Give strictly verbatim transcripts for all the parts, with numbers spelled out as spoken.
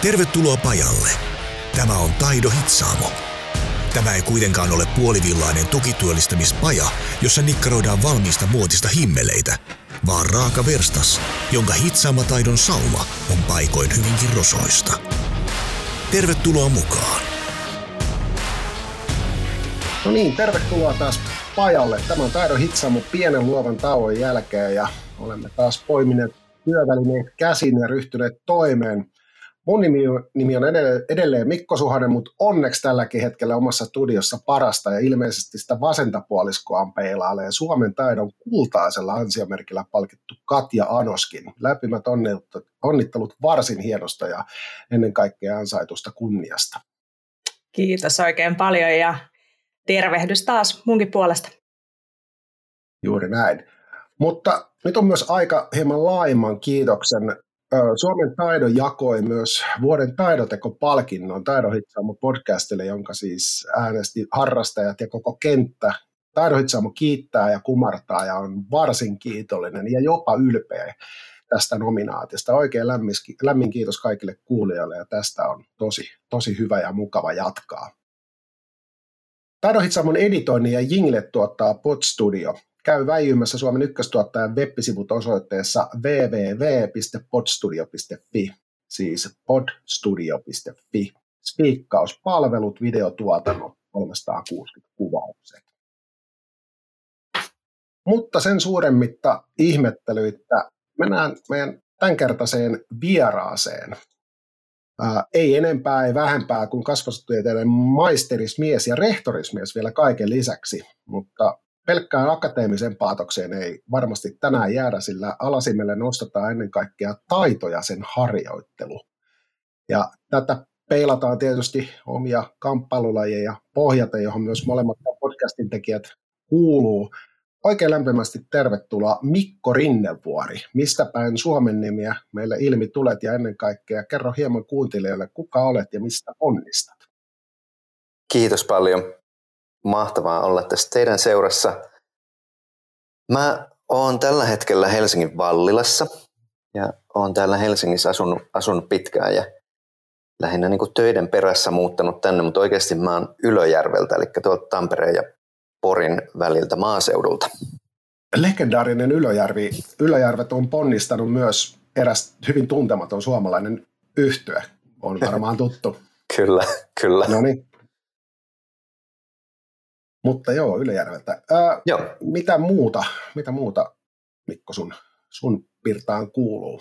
Tervetuloa pajalle. Tämä on Taido Hitsaamo. Tämä ei kuitenkaan ole puolivillainen tukityöllistämispaja, jossa nikkaroidaan valmiista muotista himmeleitä, vaan raaka verstas, jonka hitsaamataidon sauma on paikoin hyvinkin rosoista. Tervetuloa mukaan. No niin, tervetuloa taas pajalle. Tämä on Taido Hitsaamo pienen luovan tauon jälkeen ja olemme taas poimineet työvälineet käsin ja ryhtyneet toimeen. Mun nimi, nimi on edelleen Mikko Suhonen, mutta onneksi tälläkin hetkellä omassa studiossa parasta ja ilmeisesti sitä vasenta puoliskoaan peilailee Suomen taidon kultaisella ansiomerkillä palkittu Katja Anoskin. Lämpimät onnittelut varsin hienosta ja ennen kaikkea ansaitusta kunniasta. Kiitos oikein paljon ja tervehdys taas munkin puolesta. Juuri näin. Mutta nyt on myös aika hieman laajemman kiitoksen. Suomen Taido jakoi myös vuoden taidotekopalkinnon Taido Hitsaamo podcastille, jonka siis äänesti harrastajat ja koko kenttä. Taido Hitsaamo kiittää ja kumartaa ja on varsin kiitollinen ja jopa ylpeä tästä nominaatista. Oikein lämmin, lämmin kiitos kaikille kuulijoille ja tästä on tosi, tosi hyvä ja mukava jatkaa. Taido Hitsaamon editoinnin ja jinglet tuottaa Podstudio. Käy väijymässä Suomen ykköstuottajan web-sivut osoitteessa double-u double-u double-u piste podstudio piste fi, siis podstudio piste fi. Spiikkauspalvelut, videotuotannot, kolmesataakuusikymmentä kuvaukset. Mutta sen suuremmitta ihmettelyitä mennään meidän tämänkertaiseen vieraaseen. Ää, ei enempää, ei vähempää kuin kasvatustieteiden maisterismies ja rehtorismies vielä kaiken lisäksi, mutta pelkkään akateemisen paatokseen ei varmasti tänään jäädä, sillä alasimelle nostetaan ennen kaikkea taito ja sen harjoittelu. Ja tätä peilataan tietysti omia kamppailulajeja pohjata, johon myös molemmat podcastin tekijät kuuluu. Oikein lämpimästi tervetuloa Mikko Rinnevuori. Mistä päin Suomen nimiä meille ilmi tulet ja ennen kaikkea kerro hieman kuuntelijoille, kuka olet ja mistä onnistat. Kiitos paljon. Mahtavaa olla tässä teidän seurassa. Mä oon tällä hetkellä Helsingin Vallilassa ja oon täällä Helsingissä asunut, asunut pitkään ja lähinnä niin kuin töiden perässä muuttanut tänne, mutta oikeasti mä oon Ylöjärveltä, eli tuolta Tampereen ja Porin väliltä maaseudulta. Legendaarinen Ylöjärvi. Ylöjärvet on ponnistanut myös eräs hyvin tuntematon suomalainen yhtye. On varmaan tuttu. Kyllä, kyllä. No niin. Mutta joo, Ylöjärveltä. Ää, joo. Mitä muuta, mitä muuta Mikko, sun, sun pirtaan kuuluu?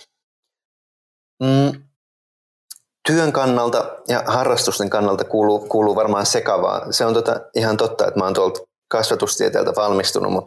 Mm, työn kannalta ja harrastusten kannalta kuuluu, kuuluu varmaan sekavaa. Se on tota ihan totta, että mä oon tuolta kasvatustieteeltä valmistunut, mutta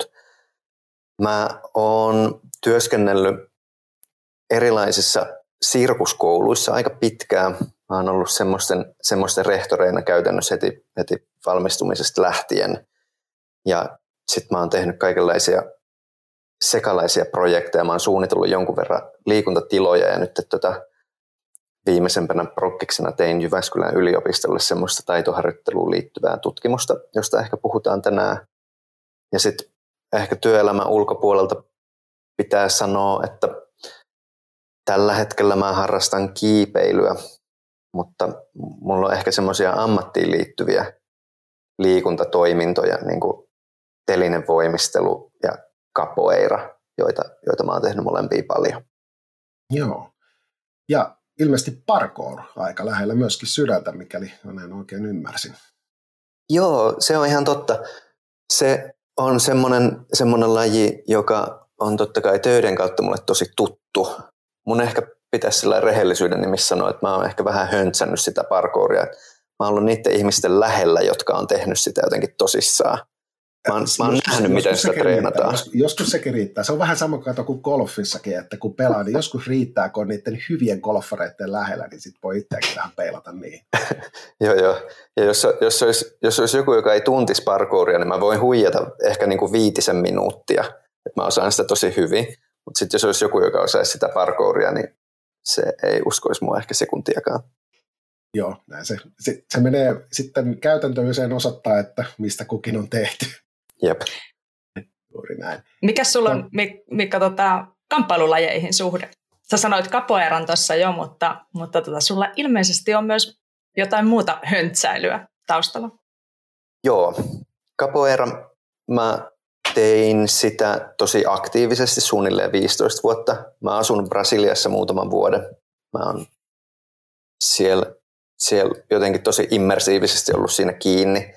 mä oon työskennellyt erilaisissa sirkuskouluissa aika pitkään. Mä oon ollut semmoisten, semmoisten rehtoreina käytännössä heti, heti valmistumisesta lähtien. Ja sit mä oon tehnyt kaikenlaisia sekalaisia projekteja. Mä oon suunnitellut jonkun verran liikuntatiloja ja nyt tota, viimeisempänä prokkiksena tein Jyväskylän yliopistolle semmoista taitoharjoitteluun liittyvää tutkimusta, josta ehkä puhutaan tänään. Ja sitten ehkä työelämän ulkopuolelta pitää sanoa, että tällä hetkellä mä harrastan kiipeilyä, mutta mulla on ehkä semmoisia ammattiin liittyviä liikuntatoimintoja, niin kuin telinevoimistelu ja capoeira, joita, joita mä oon tehnyt molempia paljon. Joo. Ja ilmeisesti parkour aika lähellä myöskin sydäntä, mikäli näin oikein ymmärsin. Joo, se on ihan totta. Se on semmoinen, semmoinen laji, joka on totta kai töiden kautta mulle tosi tuttu. Mun ehkä pitäisi sillä rehellisyyden nimissä sanoa, että mä oon ehkä vähän höntsännyt sitä parkouria. Mä oon ollut niiden ihmisten lähellä, jotka on tehnyt sitä jotenkin tosissaan. Mä oon, mä oon joskus, nähnyt, miten sitä treenataan. Riittää, joskus sekin riittää. Se on vähän sama kato kuin golfissakin, että kun pelaa, niin joskus riittää, kun on niiden hyvien golfareiden lähellä, niin sit voi itseäkin vähän peilata niihin. Joo, joo. Ja jos, jos, olisi, jos olisi joku, joka ei tuntisi parkouria, niin mä voin huijata ehkä niin kuin viitisen minuuttia. Että mä osaan sitä tosi hyvin. Mutta sitten jos olisi joku, joka osaisi sitä parkouria, niin se ei uskoisi mua ehkä sekuntiakaan. Joo, näin se, se, se menee sitten käytäntöön osoittaa, että mistä kukin on tehty. Jep. Juuri näin. Mikäs sulla on, Mikko, tota, kamppailulajeihin suhde? Sä sanoit capoeiran tuossa jo, mutta, mutta tota, sulla ilmeisesti on myös jotain muuta höntsäilyä taustalla. Joo, capoeira, mä tein sitä tosi aktiivisesti suunnilleen viisitoista vuotta. Mä oon asunut Brasiliassa muutaman vuoden. Mä oon siellä, siellä jotenkin tosi immersiivisesti ollut siinä kiinni.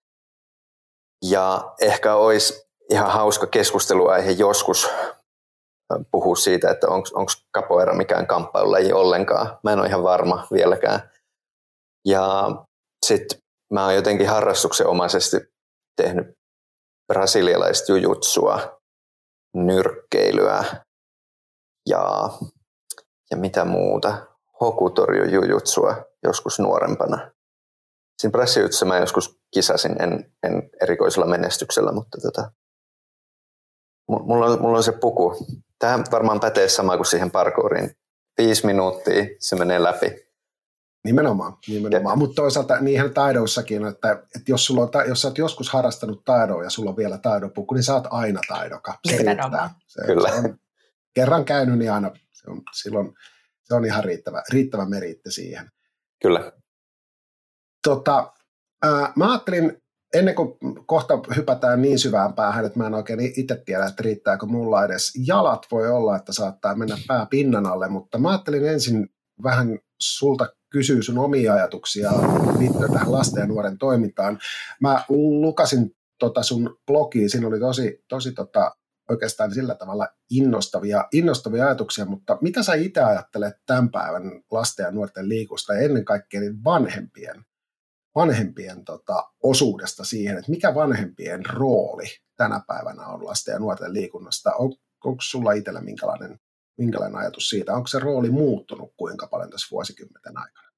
Ja ehkä olisi ihan hauska keskusteluaihe joskus puhua siitä, että onko capoeira mikään kamppailulaji ollenkaan. Mä en ole ihan varma vieläkään. Ja sitten mä oon jotenkin harrastuksenomaisesti tehnyt brasilialaista jujutsua, nyrkkeilyä ja, ja mitä muuta. Hokutorju jujutsua joskus nuorempana. Siinä brassijutsussa mä joskus kisasin, en, en erikoisella menestyksellä, mutta tota, mulla, on, mulla on se puku. Tähän varmaan pätee sama kuin siihen parkouriin. Viisi minuuttia, se menee läpi. Nimenomaan, nimenomaan. Mutta toisaalta niihin taidoissakin, että, että jos, sulla on, jos sä oot joskus harrastanut taidoa ja sulla on vielä taidopukku, niin sä oot aina taidoka. Se riittää. Se, Kyllä. Se on kerran käynyt, niin aina se on, silloin se on ihan riittävä, riittävä meriitti siihen. Kyllä. Tota, ää, mä ajattelin, ennen kuin kohta hypätään niin syvään päähän, että mä en oikein itse tiedä, että riittääkö mulla edes jalat. Voi olla, että saattaa mennä pää pinnan alle, mutta mä ajattelin ensin vähän sulta kysyä sun omia ajatuksia liittyen tähän lasten ja nuoren toimintaan. Mä lukasin tota sun blogiin, siinä oli tosi, tosi tota, oikeastaan sillä tavalla innostavia, innostavia ajatuksia, mutta mitä sä itse ajattelet tämän päivän lasten ja nuorten liikusta ja ennen kaikkea niin vanhempien, vanhempien tota, osuudesta siihen, että mikä vanhempien rooli tänä päivänä on lasten ja nuorten liikunnasta? On, onko sulla itsellä minkälainen, minkälainen ajatus siitä? Onko se rooli muuttunut kuinka paljon tässä vuosikymmenten aikana?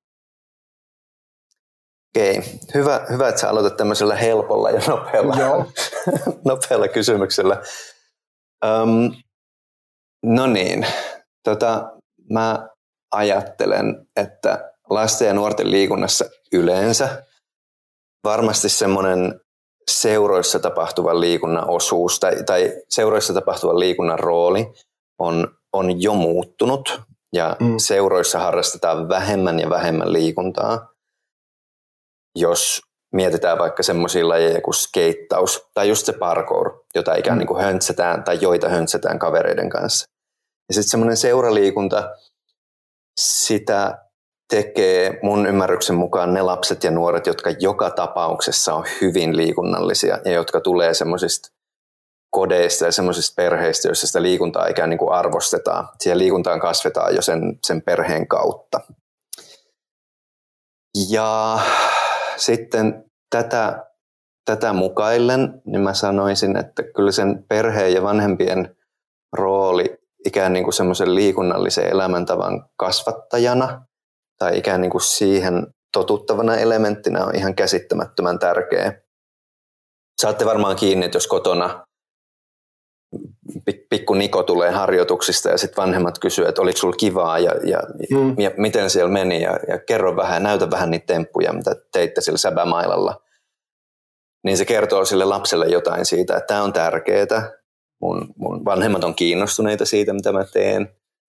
Okei, hyvä, hyvä, että sä aloitat tämmöisellä helpolla ja nopealla, nopealla kysymyksellä. Um, no niin, tota, mä ajattelen, että lasten ja nuorten liikunnassa yleensä varmasti semmoinen seuroissa tapahtuvan liikunnan osuus tai, tai seuroissa tapahtuvan liikunnan rooli on, on jo muuttunut ja mm. seuroissa harrastetaan vähemmän ja vähemmän liikuntaa. Jos mietitään vaikka semmoisia lajeja kuin skeittaus tai just se parkour, jota ikään mm. niin kuin höntsätään tai joita höntsätään kavereiden kanssa. Ja sitten semmoinen seuraliikunta, sitä tekee mun ymmärryksen mukaan ne lapset ja nuoret, jotka joka tapauksessa on hyvin liikunnallisia ja jotka tulee semmoisista kodeista ja semmoisista perheistä, joissa sitä liikuntaa ikään niin kuin arvostetaan. Siihen liikuntaan kasvetaan jo sen, sen perheen kautta. Ja sitten tätä, tätä mukaillen, niin mä sanoisin, että kyllä sen perheen ja vanhempien rooli ikään niin kuin semmoisen liikunnallisen elämäntavan kasvattajana tai ikään niin kuin siihen totuttavana elementtinä on ihan käsittämättömän tärkeä. Saatte varmaan kiinni, että jos kotona pikku Niko tulee harjoituksista ja sitten vanhemmat kysyy, että oliko sulla kivaa ja, ja, mm. ja miten siellä meni ja, ja kerro vähän, näytä vähän niitä temppuja, mitä teitte sillä säbämailalla. Niin se kertoo sille lapselle jotain siitä, että tämä on tärkeää. Mun, mun vanhemmat on kiinnostuneita siitä, mitä mä teen.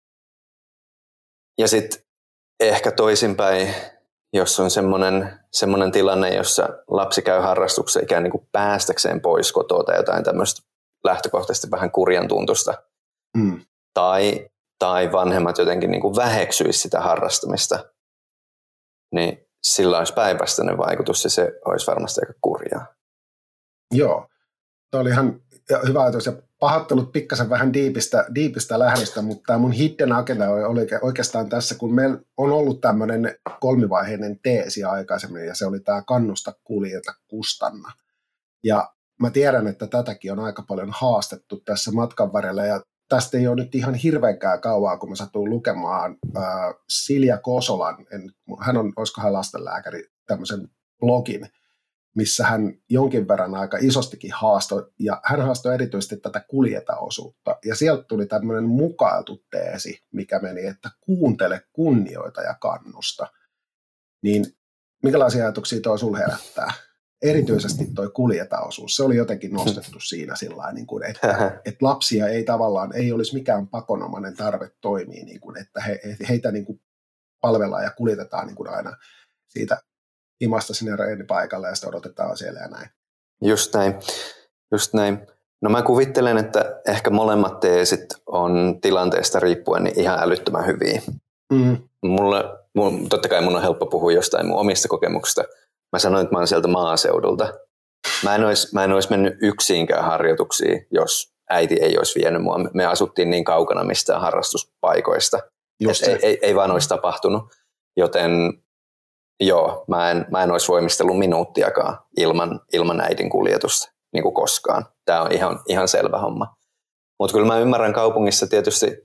Ja sitten ehkä toisinpäin, jos on semmoinen, semmoinen tilanne, jossa lapsi käy harrastuksessa ikään niin kuin päästäkseen pois kotoa tai jotain tämmöistä lähtökohtaisesti vähän kurjan tuntusta. Mm. Tai, tai vanhemmat jotenkin niin kuin väheksyisi sitä harrastamista, niin sillä olisi päinvastainen vaikutus ja se olisi varmasti aika kurjaa. Joo, tuo oli ihan hyvä ajatus ja pahoittelut pikkasen vähän diipistä, diipistä lähdöstä, mutta tämä mun hidden agenda oli oikeastaan tässä, kun meillä on ollut tämmöinen kolmivaiheinen teesi aikaisemmin ja se oli tämä kannusta, kuljeta, kustanna. Ja mä tiedän, että tätäkin on aika paljon haastettu tässä matkan varrella ja tästä ei ole nyt ihan hirveänkään kauaa, kun mä satuin lukemaan äh, Silja Kosolan, en, hän on, olisiko hän lastenlääkäri, tämmöisen blogin, missä hän jonkin verran aika isostikin haastoi, ja hän haastoi erityisesti tätä kuljeta-osuutta, ja sieltä tuli tämmöinen mukailtu teesi, mikä meni, että kuuntele, kunnioita ja kannusta. Niin minkälaisia ajatuksia tuo sinulla herättää? erityisesti toi kuljeta-osuus, se oli jotenkin nostettu siinä sillä niin kuin, että, että lapsia ei tavallaan, ei olisi mikään pakonomainen tarve toimia, niin kuin, että he, heitä niin kuin palvellaan ja kuljetetaan niin kuin aina siitä imasta sinne reenipaikalle ja sitten odotetaan siellä ja näin. Just näin, just näin. No mä kuvittelen, että ehkä molemmat teesit on tilanteesta riippuen niin ihan älyttömän hyviä. Mm. Mulle, mun, totta kai mun on helppo puhua jostain mun omista kokemuksista. Mä sanoin, että mä oon sieltä maaseudulta. Mä en olisi, mä en olisi mennyt yksiinkään harjoituksiin, jos äiti ei olisi vienyt mua. Me asuttiin niin kaukana mistään harrastuspaikoista, että ei, ei, ei vaan olisi tapahtunut. Joten joo, mä en, mä en olisi voimistellut minuuttiakaan ilman, ilman äidin kuljetusta niin kuin koskaan. Tämä on ihan, ihan selvä homma. Mutta kyllä mä ymmärrän kaupungissa tietysti,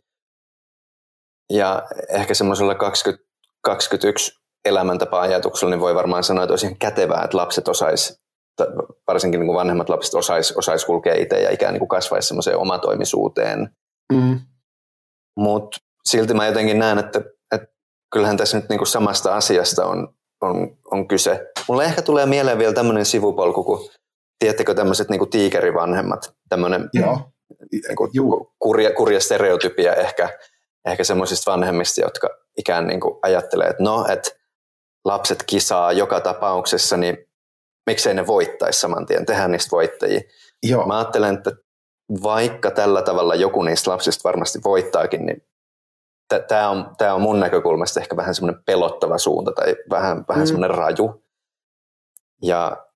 ja ehkä semmoisella kaksikymmentä kaksikymmentäyksi elämäntapa-ajatuksella niin voi varmaan sanoa, että olisi ihan kätevää, että lapset osais, varsinkin niin kuin vanhemmat lapset osais, osais kulkea itse ja ikään niin kasvaisi semmoiseen omatoimisuuteen. Mm. Mutta silti mä jotenkin näen, että, että kyllähän tässä nyt niin kuin samasta asiasta on, on, on kyse. Mulle ehkä tulee mieleen vielä tämmöinen sivupolku, kun tiedättekö tämmöiset niin kuin tiikerivanhemmat, tämmöinen niin kuin kurja, kurja stereotypia ehkä, ehkä semmoisista vanhemmista, jotka ikään niin kuin ajattelee, että no, että lapset kisaa joka tapauksessa, niin miksei ne voittaisi saman tien, tehdään niistä voittajia. Joo. Mä ajattelen, että vaikka tällä tavalla joku niistä lapsista varmasti voittaakin, niin tämä on, tää on mun näkökulmasta ehkä vähän semmoinen pelottava suunta tai vähän, vähän mm. semmoinen raju. Ja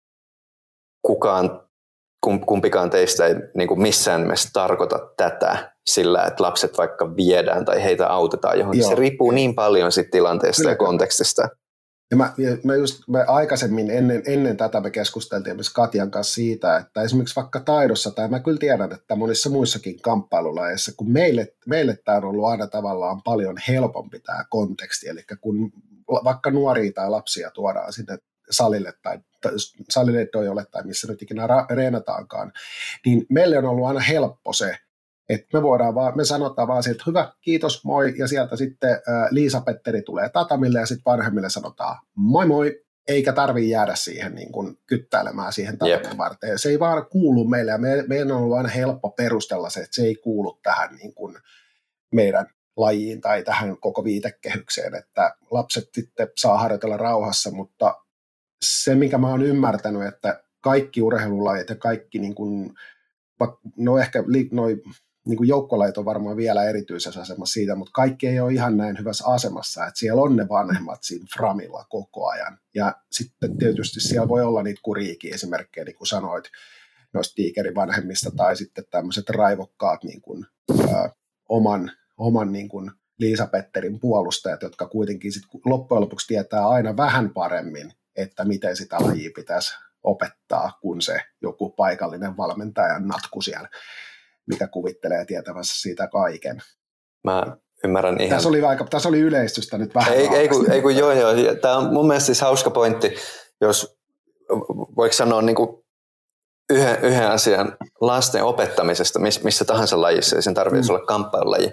kukaan, kumpikaan teistä ei niin kuin missään nimessä tarkoita tätä sillä, että lapset vaikka viedään tai heitä autetaan johonkin. Joo. Se riippuu niin paljon siitä tilanteesta Kyllä. ja kontekstista. Ja mä, mä just, mä aikaisemmin ennen, ennen tätä me keskusteltiin myös Katjan kanssa siitä, että esimerkiksi vaikka taidossa, tai mä kyllä tiedän, että monissa muissakin kamppailulajeissa, kun meille, meille tämä on ollut aina tavallaan paljon helpompi tämä konteksti, eli kun vaikka nuoria tai lapsia tuodaan sinne salille tai salille dojolle tai missä nyt ikinä reenataankaan, niin meille on ollut aina helppo se, että me voidaan vaan, me sanotaan vaan sieltä, hyvä, kiitos, moi, ja sieltä sitten ä, Liisa-Petteri tulee tatamille, ja sitten vanhemmille sanotaan moi moi, eikä tarvitse jäädä siihen niin kuin kyttäilemään siihen tatamin yep. varten. Se ei vaan kuulu meille, ja me, meidän on ollut aina helppo perustella se, että se ei kuulu tähän niin kuin meidän lajiin tai tähän koko viitekehykseen, että lapset sitten saa harjoitella rauhassa, mutta se, mikä mä oon ymmärtänyt, että kaikki urheilulajit ja kaikki, niin kuin, no ehkä noi, niin kuin joukkolajit on varmaan vielä erityisessä asemassa siitä, mutta kaikki ei ole ihan näin hyvässä asemassa, että siellä on ne vanhemmat siinä framilla koko ajan. Ja sitten tietysti siellä voi olla niitä kuriikin esimerkkejä, niin kuin sanoit, noista tiikerivanhemmista tai sitten tämmöiset raivokkaat niin kuin, ä, oman, oman niin kuin Liisa-Petterin puolustajat, jotka kuitenkin sit loppujen lopuksi tietää aina vähän paremmin, että miten sitä lajia pitäisi opettaa, kun se joku paikallinen valmentajan natku siellä, mikä kuvittelee tietävänsä siitä kaiken. Mä ymmärrän ihan. Tässä oli, aika, tässä oli yleistystä nyt vähän. Ei, ei, kun, ei kun joo, joo. Tämä on mun mielestä siis hauska pointti, jos voiko sanoa niin kuin yhden, yhden asian lasten opettamisesta, missä tahansa lajissa, ei sen tarvitse mm. olla kamppailulaji.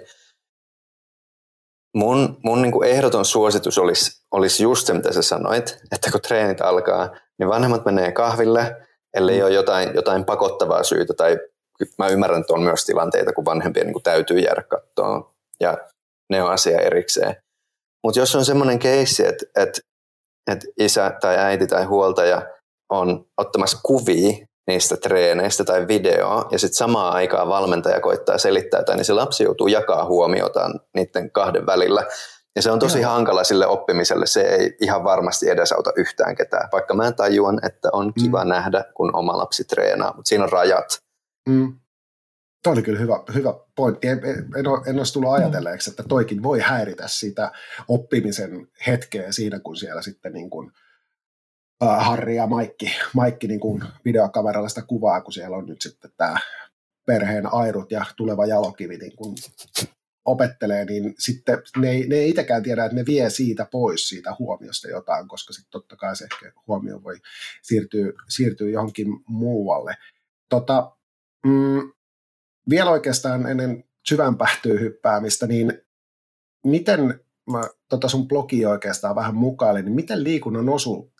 Mun, mun niin kuin ehdoton suositus olisi, olisi just se, mitä sä sanoit, että kun treenit alkaa, niin vanhemmat menee kahville, ellei mm. ole jotain, jotain pakottavaa syytä, tai mä ymmärrän, että on myös tilanteita, kun vanhempien niin kuin täytyy jäädä katsoa, ja ne on asia erikseen. Mutta jos on semmoinen keissi, että, että, että isä tai äiti tai huoltaja on ottamassa kuvia niistä treeneistä tai videoa, ja sitten samaan aikaan valmentaja koittaa selittää jotain, niin se lapsi joutuu jakaa huomiotaan niiden kahden välillä. Ja se on tosi Joo. hankala sille oppimiselle, se ei ihan varmasti edesauta yhtään ketään. Vaikka mä tajuan, että on kiva mm. nähdä, kun oma lapsi treenaa, mutta siinä on rajat. Mm. Tuo oli kyllä hyvä, hyvä pointti. En, en, ole, en olisi tullut ajatelleeksi, että toikin voi häiritä sitä oppimisen hetkeä siinä, kun siellä sitten niin kuin Harri ja Maikki, Maikki niin kuin videokameralla sitä kuvaa, kun siellä on nyt sitten tämä perheen airut ja tuleva jalokivi niin kuin opettelee, niin sitten ne ei, ne ei itsekään tiedä, että ne vie siitä pois siitä huomiosta jotain, koska sitten totta kai se ehkä huomio voi siirtyä, siirtyä johonkin muualle. Tota, mm, vielä oikeastaan ennen syvänpähtyyn hyppäämistä, niin miten, mä tota sun blogia oikeastaan vähän mukailin, niin miten liikunnan osuutta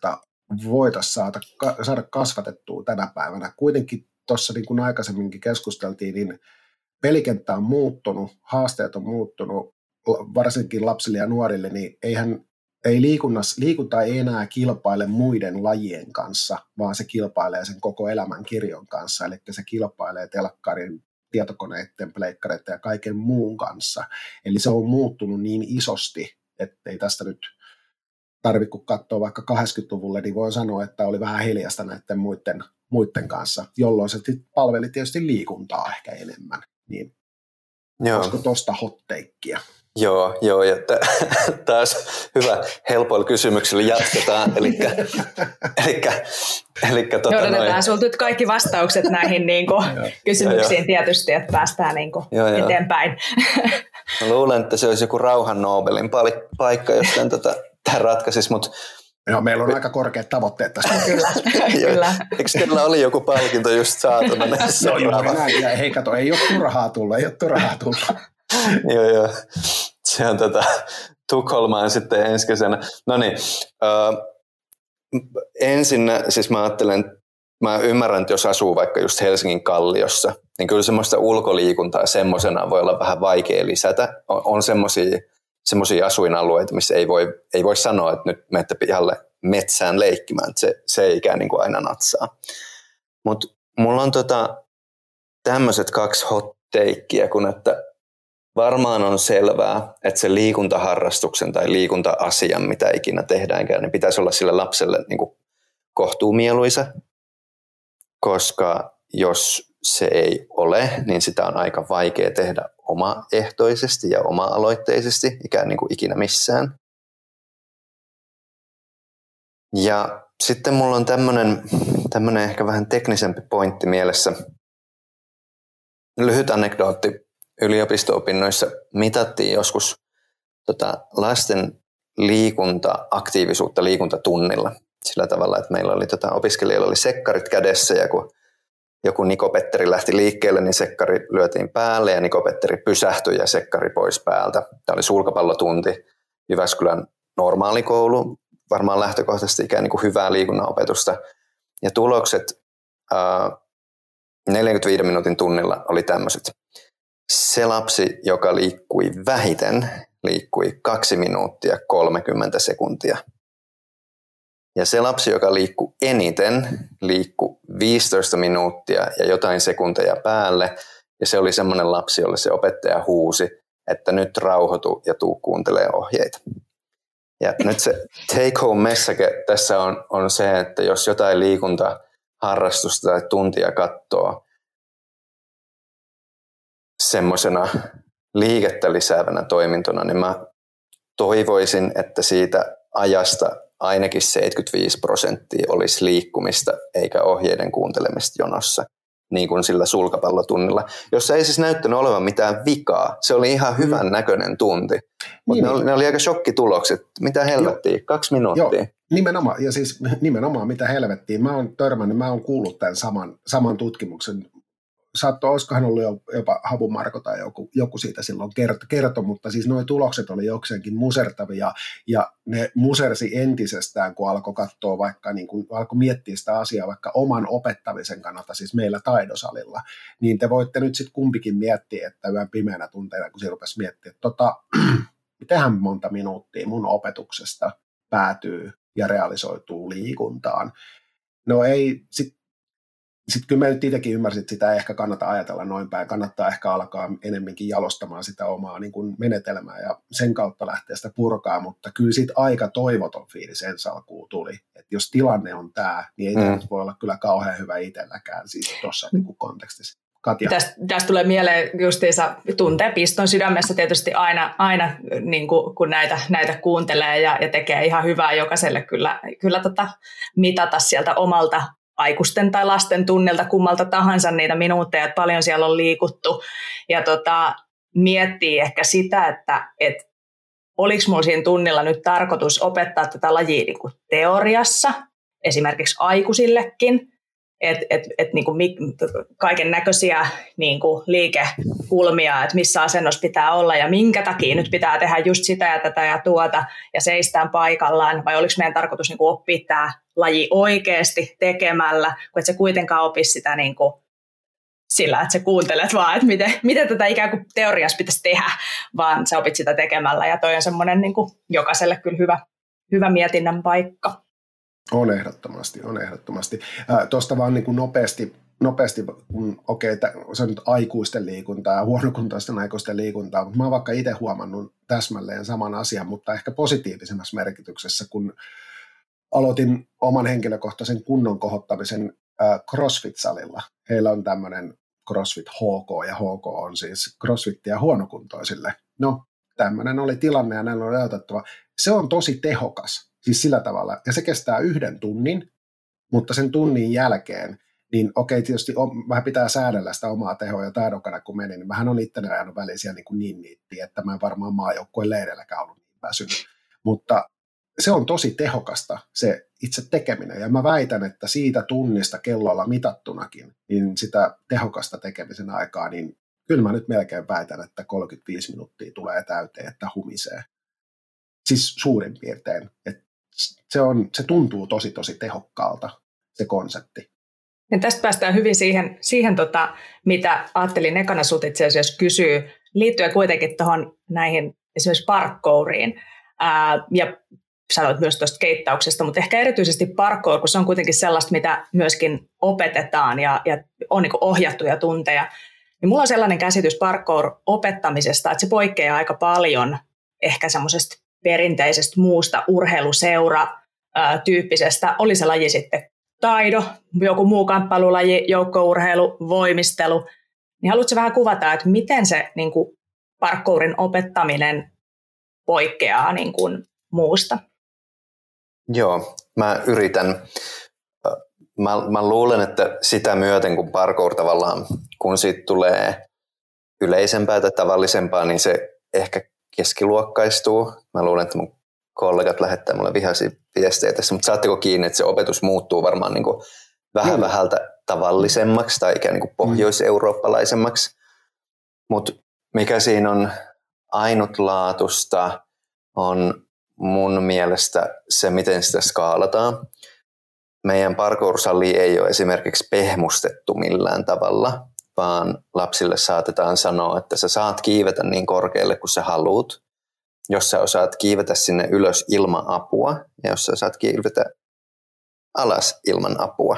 voitaisiin saada, saada kasvatettua tänä päivänä. Kuitenkin tuossa niin kuin aikaisemminkin keskusteltiin, niin pelikenttä on muuttunut, haasteet on muuttunut, varsinkin lapsille ja nuorille, niin eihän ei liikunta ei enää kilpaile muiden lajien kanssa, vaan se kilpailee sen koko elämän kirjon kanssa, eli se kilpailee telkkarin, tietokoneiden, pleikkareiden ja kaiken muun kanssa. Eli se on muuttunut niin isosti, ettei tästä nyt tarvitse, kun katsoo vaikka kahdeksankymmentäluvulle, niin voi sanoa, että oli vähän hiljasta näiden muiden, muiden kanssa, jolloin se palveli tietysti liikuntaa ehkä enemmän. Niin Joo. Olisiko tuosta hotteikkiä? Joo, joo, ja t- taas hyvä, helpoilla kysymyksillä jatketaan, elikkä, elikkä, elikkä tota Odotetaan noin. sulta nyt kaikki vastaukset näihin niin kuin, kysymyksiin jo, tietysti, että päästään niin kuin, joo, eteenpäin. Mä luulen, että se olisi joku rauhan Nobelin paikka, jos tämän, tota, tämän ratkaisisi, mutta joo, meillä on aika korkeat tavoitteet tässä. Kyllä, kyllä. Eikö teillä oli joku palkinto just saatuna? No joo, näin, hei kato, ei ole turhaa tulla, ei ole turhaa tulla. Joo, joo. Se on tota, Tukholmaan sitten ensi kesänä. No niin, äh, ensin siis mä ajattelen, mä ymmärrän, että jos asuu vaikka just Helsingin Kalliossa, niin kyllä semmoista ulkoliikuntaa semmoisena voi olla vähän vaikea lisätä. On, on semmoisia semmoisia asuinalueita, missä ei voi, ei voi sanoa, että nyt menette pihalle metsään leikkimään, että se, se ei ikään niin kuin aina natsaa. Mutta mulla on tota, tämmöiset kaksi hot-takeä, kun että varmaan on selvää, että se liikuntaharrastuksen tai liikunta-asian, mitä ikinä tehdäänkään, niin pitäisi olla sille lapselle niin kuin kohtuumieluisa, koska jos se ei ole, niin sitä on aika vaikea tehdä omaehtoisesti ja oma-aloitteisesti, ikään niin kuin ikinä missään. Ja sitten mulla on tämmöinen, tämmöinen ehkä vähän teknisempi pointti mielessä. Lyhyt anekdootti. Yliopisto-opinnoissa mitattiin joskus tota, lasten liikunta-aktiivisuutta liikuntatunnilla. Sillä tavalla, että meillä oli tota, opiskelijoilla oli sekkarit kädessä ja kun joku Niko-Petteri lähti liikkeelle, niin sekkari lyötiin päälle ja Niko-Petteri pysähtyi ja sekkari pois päältä. Tämä oli sulkapallotunti, Jyväskylän normaalikoulu, varmaan lähtökohtaisesti ikään niin kuin hyvää liikunnanopetusta. Ja tulokset ää, neljänkymmenenviiden minuutin tunnilla oli tämmöiset. Se lapsi, joka liikkui vähiten, liikkui kaksi minuuttia kolmekymmentä sekuntia. Ja se lapsi, joka liikkui eniten, liikkui viisitoista minuuttia ja jotain sekunteja päälle. Ja se oli semmoinen lapsi, jolle se opettaja huusi, että nyt rauhoitu ja tuu kuuntelemaan ohjeita. Ja nyt se take home message tässä on, on se, että jos jotain liikuntaharrastusta tai tuntia katsoo semmoisena liikettä lisäävänä toimintona, niin mä toivoisin, että siitä ajasta ainakin seitsemänkymmentäviisi prosenttia olisi liikkumista eikä ohjeiden kuuntelemista jonossa, niin kuin sillä sulkapallotunnilla, jossa ei siis näyttänyt olevan mitään vikaa. Se oli ihan hyvän näköinen tunti, mutta niin, ne, oli, ne oli aika shokkitulokset. Mitä helvettiä? Joo. Kaksi minuuttia. Joo, nimenomaan. Ja siis nimenomaan mitä helvettiä. Mä oon törmännyt, mä oon kuullut tämän saman, saman tutkimuksen. Saattoi, olisikohan ollut jopa Havu Marko tai joku, joku siitä silloin kertoi, kerto, mutta siis nuo tulokset oli jokseenkin musertavia ja ne musersi entisestään, kun alkoi katsoa vaikka, niin kun alkoi miettiä sitä asiaa vaikka oman opettamisen kannalta, siis meillä taidosalilla, niin te voitte nyt sitten kumpikin miettiä, että yön pimeänä tunteina, kun se rupesi miettiä, että tota, mitenhän monta minuuttia mun opetuksesta päätyy ja realisoituu liikuntaan. No ei sitten. Sitten kyllä mä nyt itsekin ymmärsin, että sitä ei ehkä kannata ajatella noin päin. Kannattaa ehkä alkaa enemmänkin jalostamaan sitä omaa niin kuin menetelmää ja sen kautta lähteä sitä purkaa, mutta kyllä siitä aika toivoton fiilis ensi alkuun tuli. Että jos tilanne on tämä, niin ei mm. tämä voi olla kyllä kauhean hyvä itselläkään siis tuossa niin kuin kontekstissa. Katja. Tästä, tästä tulee mieleen justiinsa tuntee piston sydämessä tietysti aina, aina niin kuin, kun näitä, näitä kuuntelee ja, ja tekee ihan hyvää jokaiselle kyllä, kyllä tota, mitata sieltä omalta aikuisten tai lasten tunnilta kummalta tahansa niitä minuutteja, että paljon siellä on liikuttu. Ja tota, miettii ehkä sitä, että et, oliko minulla siinä tunnilla nyt tarkoitus opettaa tätä lajia niin kuin teoriassa, esimerkiksi aikuisillekin, että et, et, niin kuin kaiken näköisiä niin kuin liikekulmia, että missä asennossa pitää olla ja minkä takia nyt pitää tehdä just sitä ja tätä ja tuota ja seistään paikallaan, vai oliko meidän tarkoitus niin kuin oppia tämä laji oikeasti tekemällä, kun et se kuitenkaan opisi sitä niin kuin sillä, että sä kuuntelet vaan, että miten, miten tätä ikään kuin teoriassa pitäisi tehdä, vaan sä opit sitä tekemällä ja toi on semmoinen niin kuin jokaiselle kyllä hyvä, hyvä mietinnän paikka. On ehdottomasti, on ehdottomasti. Äh, Tuosta vaan niin kuin nopeasti, nopeasti kun okei, okay, se on nyt aikuisten liikuntaa ja huonokuntoisten aikuisten liikuntaa, mutta mä oon vaikka itse huomannut täsmälleen saman asian, mutta ehkä positiivisemmassa merkityksessä, kun aloitin oman henkilökohtaisen kunnon kohottamisen äh, CrossFit-salilla. Heillä on tämmöinen CrossFit H K, ja H K on siis CrossFittia huonokuntoisille. No, tämmöinen oli tilanne, ja näillä oli otettava. Se on tosi tehokas, siis sillä tavalla, ja se kestää yhden tunnin, mutta sen tunnin jälkeen, niin okei, tietysti on, vähän pitää säädellä sitä omaa tehoa ja taidokana, kun menin, niin mähän on itse ajanut välisiä niin, kuin niin niittiä, että mä en varmaan maajoukkueen leireilläkään ollut niin väsynyt, mutta se on tosi tehokasta se itse tekeminen, ja mä väitän, että siitä tunnista kellolla mitattunakin, niin sitä tehokasta tekemisen aikaa, niin kyllä mä nyt melkein väitän, että kolmekymmentäviisi minuuttia tulee täyteen, että humisee. Siis suurin piirtein. Et se, on, se tuntuu tosi tosi tehokkaalta, se konsepti. Ja tästä päästään hyvin siihen, siihen tota, mitä ajattelin ekana sut itse asiassa kysyä, liittyen kuitenkin tuohon näihin esimerkiksi parkouriin. Ää, ja sanoit myös tuosta keittauksesta, mutta ehkä erityisesti parkour, kun se on kuitenkin sellaista, mitä myöskin opetetaan ja, ja on niin kuin ohjattuja tunteja. Niin mulla on sellainen käsitys parkour-opettamisesta, että se poikkeaa aika paljon ehkä semmoisesta perinteisestä muusta urheiluseura-tyyppisestä. Oli se laji sitten taido, joku muu kamppailulaji, joukkourheilu, voimistelu. Niin haluatko vähän kuvata, että miten se niin kuin parkourin opettaminen poikkeaa niin kuin muusta? Joo, mä yritän. Mä, mä luulen, että sitä myöten, kun parkour tavallaan, kun siitä tulee yleisempää tai tavallisempaa, niin se ehkä keskiluokkaistuu. Mä luulen, että mun kollegat lähettää mulle vihaisia viestejä tässä, mutta saatteko kiinni, että se opetus muuttuu varmaan niin kuin vähän vähältä tavallisemmaksi tai ikään niin kuin pohjois-eurooppalaisemmaksi. Mutta mikä siinä on ainutlaatusta, on mun mielestä se, miten sitä skaalataan. Meidän parkour-sali ei ole esimerkiksi pehmustettu millään tavalla, vaan lapsille saatetaan sanoa, että sä saat kiivetä niin korkealle kuin sä haluut, jos sä osaat kiivetä sinne ylös ilman apua ja jos sä osaat kiivetä alas ilman apua.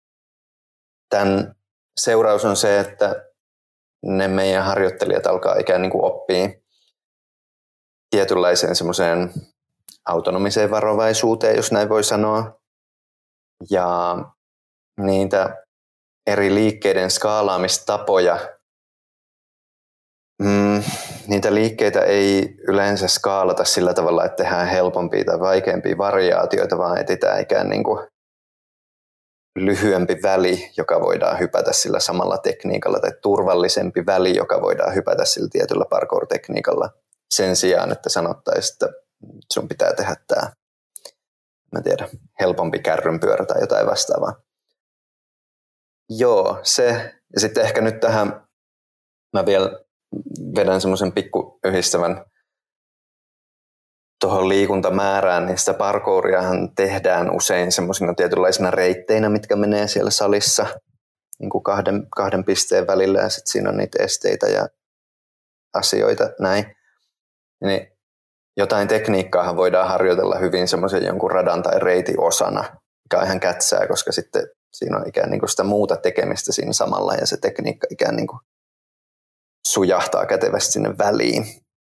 Tämän seuraus on se, että ne meidän harjoittelijat alkaa ikään niin kuin oppia tietynlaiseen semmoiseen autonomiseen varovaisuuteen, jos näin voi sanoa. Ja niitä eri liikkeiden skaalaamistapoja, mm, niitä liikkeitä ei yleensä skaalata sillä tavalla, että tehdään helpompia tai vaikeampia variaatioita, vaan etsitään ikään niin kuin lyhyempi väli, joka voidaan hypätä sillä samalla tekniikalla, tai turvallisempi väli, joka voidaan hypätä sillä tietyllä parkour-tekniikalla, sen sijaan, että sanottaisiin, että sun pitää tehdä tämä, mä tiedän, helpompi kärrynpyörä tai jotain vastaavaa. Joo, se. Ja sitten ehkä nyt tähän mä vielä vedän semmoisen pikku yhdistävän tuohon liikuntamäärään, niin sitä parkouriahan tehdään usein semmoisina tietynlaisina reitteinä, mitkä menee siellä salissa niin kuin kahden, kahden pisteen välillä ja sitten siinä on niitä esteitä ja asioita näin. Niin jotain tekniikkaahan voidaan harjoitella hyvin semmoisen jonkun radan tai reitin osana, mikä on ihan kätsää, koska sitten siinä on ikään niin kuin sitä muuta tekemistä siinä samalla ja se tekniikka ikään niin kuin sujahtaa kätevästi sinne väliin.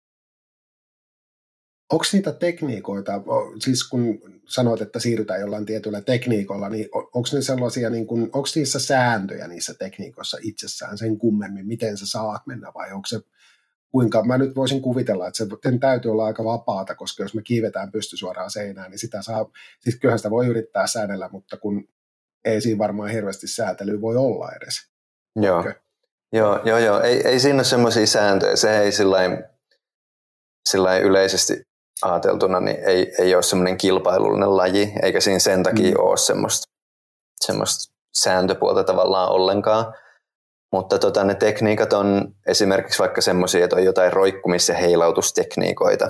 Onko niitä tekniikoita, siis kun sanoit, että siirrytään jollain tietyllä tekniikolla, niin onko ne sellaisia, niin kuin, onko niissä sääntöjä niissä tekniikoissa itsessään sen kummemmin, miten sä saat mennä vai onko se, kuinka, mä nyt voisin kuvitella, että sen täytyy olla aika vapaata, koska jos me kiivetään pystysuoraan seinään, niin sitä saa, siis kyllähän sitä voi yrittää säädellä, mutta kun ei siinä varmaan hirveästi säätelyä voi olla edes. Joo, okay. joo, joo, joo. Ei, ei siinä ole semmoisia sääntöjä, se ei sillain, sillain yleisesti ajateltuna, niin ei, ei ole semmoinen kilpailullinen laji, eikä siinä sen takia mm. ole semmoista, semmoista sääntöpuolta tavallaan ollenkaan. Mutta tota, ne tekniikat on esimerkiksi vaikka semmoisia, että on jotain roikkumis- ja heilautustekniikoita,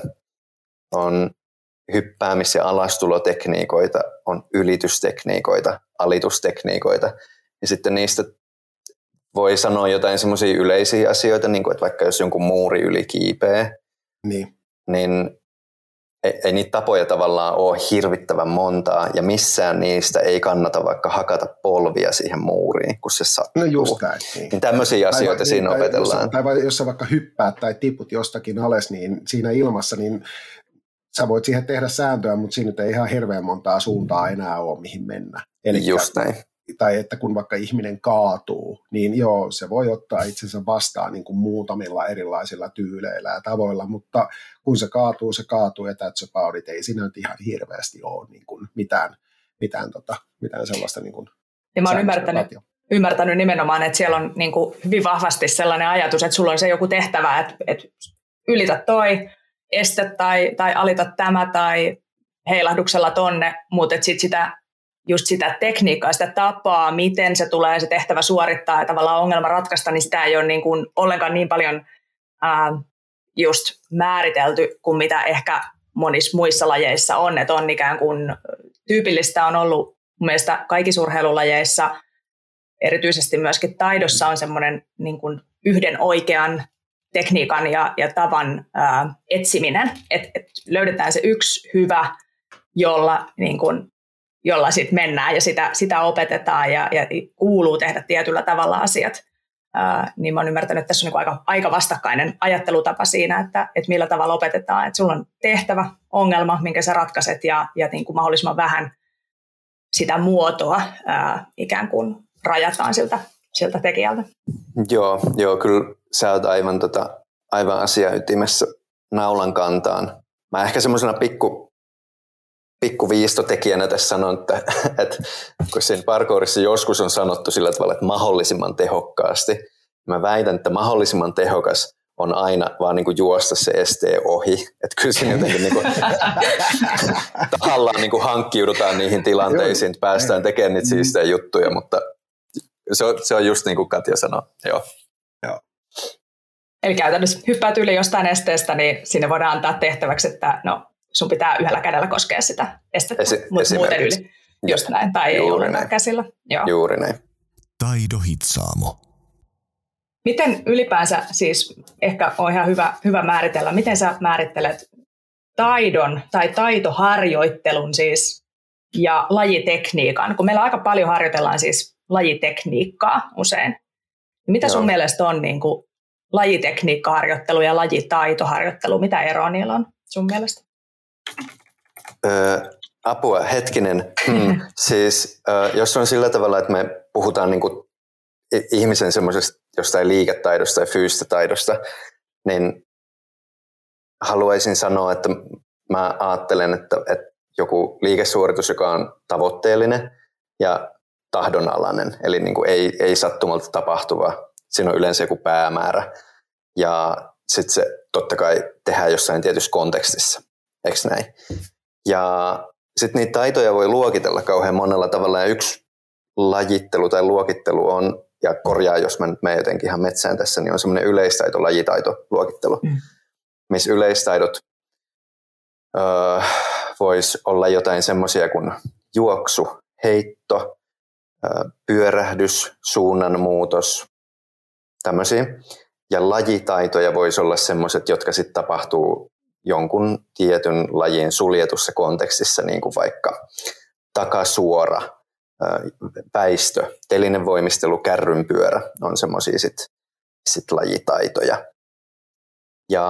on hyppäämis- ja alastulotekniikoita, on ylitystekniikoita, alitustekniikoita. Ja sitten niistä voi sanoa jotain semmoisia yleisiä asioita, niin kuin että vaikka jos jonkun muuri yli kiipee, niin, niin ei, ei niitä tapoja tavallaan ole hirvittävän montaa, ja missään niistä ei kannata vaikka hakata polvia siihen muuriin, kun se sattuu. No just näin. Niin. Niin tämmöisiä tai asioita vai, siinä tai opetellaan. Jos, tai jos sä vaikka hyppäät tai tiput jostakin alas, niin siinä ilmassa, niin sä voit siihen tehdä sääntöä, mutta siinä ei ihan hirveän montaa suuntaa enää ole, mihin mennä. Elikkä, just näin. Tai että kun vaikka ihminen kaatuu, niin joo, se voi ottaa itsensä vastaan niin kuin muutamilla erilaisilla tyyleillä ja tavoilla, mutta kun se kaatuu, se kaatuu ja that's about it. Ei siinä nyt ihan hirveästi ole niin kuin mitään, mitään, tota, mitään sellaista. Niin kuin ja mä oon ymmärtänyt, ymmärtänyt nimenomaan, että siellä on niin kuin hyvin vahvasti sellainen ajatus, että sulla on se joku tehtävä, että, että ylitä toi, estä tai, tai alita tämä tai heilahduksella tonne, mutta sitten sitä just sitä tekniikkaa, sitä tapaa, miten se tulee se tehtävä suorittaa ja tavallaan ongelma ratkaista, niin sitä ei ole niin kuin ollenkaan niin paljon ää, just määritelty kuin mitä ehkä monissa muissa lajeissa on. Että on ikään kuin tyypillistä on ollut mun mielestä kaikissa urheilulajeissa, erityisesti myöskin taidossa on semmoinen niin kuin yhden oikean tekniikan ja, ja tavan ää, etsiminen, että et löydetään se yksi hyvä, jolla niin kuin jolla sitten mennään ja sitä, sitä opetetaan ja, ja kuuluu tehdä tietyllä tavalla asiat. Ää, niin mä oon ymmärtänyt, että tässä on niin aika, aika vastakkainen ajattelutapa siinä, että, että millä tavalla opetetaan. Että sulla on tehtävä, ongelma, minkä sä ratkaiset ja, ja niin kuin mahdollisimman vähän sitä muotoa ää, ikään kuin rajataan siltä, siltä tekijältä. Joo, joo, kyllä sä oot aivan, tota, aivan asia ytimessä naulan kantaan. Mä ehkä semmoisena pikku Pikku viistotekijänä tässä sanon, että, että kun siinä parkourissa joskus on sanottu sillä tavalla, että mahdollisimman tehokkaasti, mä väitän, että mahdollisimman tehokas on aina vaan niin kuin juosta se esteen ohi. Että kyllä siinä jotenkin niin kuin, tahallaan niin kuin hankkiudutaan niihin tilanteisiin, että päästään tekemään niitä siistejä juttuja, mutta se on, se on just niin kuin Katja sanoi. Joo. Joo. Eli käytännössä hyppäät yli jostain esteestä, niin sinne voidaan antaa tehtäväksi, että no, sun pitää yhdellä kädellä koskea sitä estettä, Esi- mutta muuten yli. Just näin, tai ei ollenkaan käsillä. Joo. Juuri näin. Taido Hitsaamo. Miten ylipäänsä, siis ehkä on ihan hyvä, hyvä määritellä, miten sä määrittelet taidon tai taitoharjoittelun siis ja lajitekniikan, kun meillä aika paljon harjoitellaan siis lajitekniikkaa usein. Mitä sun Joo. mielestä on niin kuin lajitekniikkaharjoittelu ja lajitaitoharjoittelu, mitä eroa niillä on sun mielestä? Öö, apua, hetkinen. Hmm. Siis ö, jos on sillä tavalla, että me puhutaan niin kuin ihmisen semmoisesta jostain liiketaidosta ja fyysistä taidosta, niin haluaisin sanoa, että mä ajattelen, että, että joku liikesuoritus, joka on tavoitteellinen ja tahdonalainen, eli niin kuin ei, ei sattumalta tapahtuva, siinä on yleensä joku päämäärä ja sitten se totta kai tehdään jossain tietyssä kontekstissa, eikö näin? Ja sitten niitä taitoja voi luokitella kauhean monella tavalla, ja yksi lajittelu tai luokittelu on, ja korjaa, jos mä nyt menen jotenkin ihan metsään tässä, niin on semmoinen yleistaito, lajitaito, luokittelu, mm. missä yleistaidot öö, voisi olla jotain semmoisia kuin juoksu, heitto, öö, pyörähdys, suunnanmuutos, tämmöisiä. Ja lajitaitoja voisi olla semmoiset, jotka sitten tapahtuu jonkun tietyn lajin suljetussa kontekstissa, niin kuin vaikka takasuora, väistö, telinen voimistelu, kärrynpyörä on semmoisia sit, sit lajitaitoja. Ja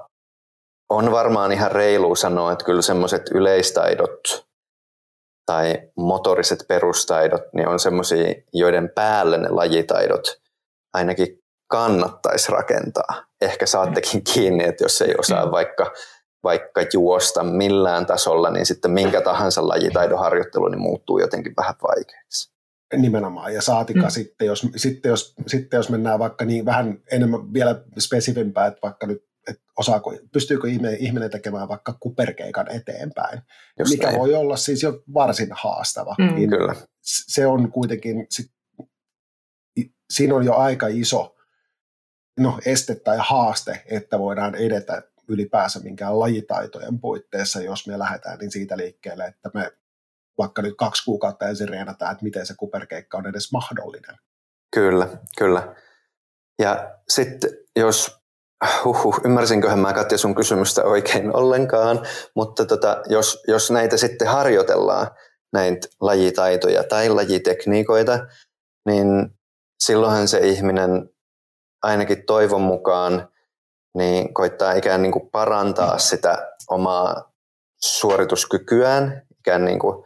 on varmaan ihan reilu sanoa, että kyllä semmoiset yleistaidot tai motoriset perustaidot niin on semmoisia, joiden päälle ne lajitaidot ainakin kannattaisi rakentaa. Ehkä saattekin kiinni, että jos ei osaa vaikka, vaikka juosta millään tasolla, niin sitten minkä tahansa lajitaidon harjoittelu niin muuttuu jotenkin vähän vaikeaksi. Nimenomaan, ja saatika mm. sitten, jos, sitten, jos, sitten jos mennään vaikka niin vähän enemmän vielä spesifimpää, että vaikka nyt että osaako, pystyykö ihminen tekemään vaikka kuperkeikan eteenpäin, Just mikä näin. voi olla siis jo varsin haastava. Mm. Niin Kyllä. se on kuitenkin, siinä on jo aika iso no, este tai haaste, että voidaan edetä ylipäänsä minkään lajitaitojen puitteissa, jos me lähdetään niin siitä liikkeelle, että me vaikka nyt kaksi kuukautta ensin reenataan, että miten se kuperkeikka on edes mahdollinen. Kyllä, kyllä. Ja sitten jos, huhhuh, ymmärsinköhän mä Katja sun kysymystä oikein ollenkaan, mutta tota, jos, jos näitä sitten harjoitellaan, näitä lajitaitoja tai lajitekniikoita, niin silloinhan se ihminen ainakin toivon mukaan niin koittaa ikään niin kuin parantaa sitä omaa suorituskykyään, ikään niin kuin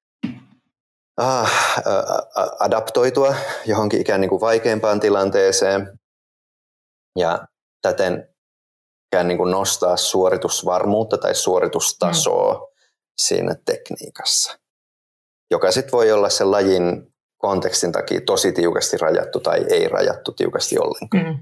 ah, adaptoitua johonkin ikään niin kuin vaikeampaan tilanteeseen ja täten ikään niin kuin nostaa suoritusvarmuutta tai suoritustasoa mm. siinä tekniikassa, joka sitten voi olla sen lajin kontekstin takia tosi tiukasti rajattu tai ei rajattu tiukasti ollenkaan. Mm.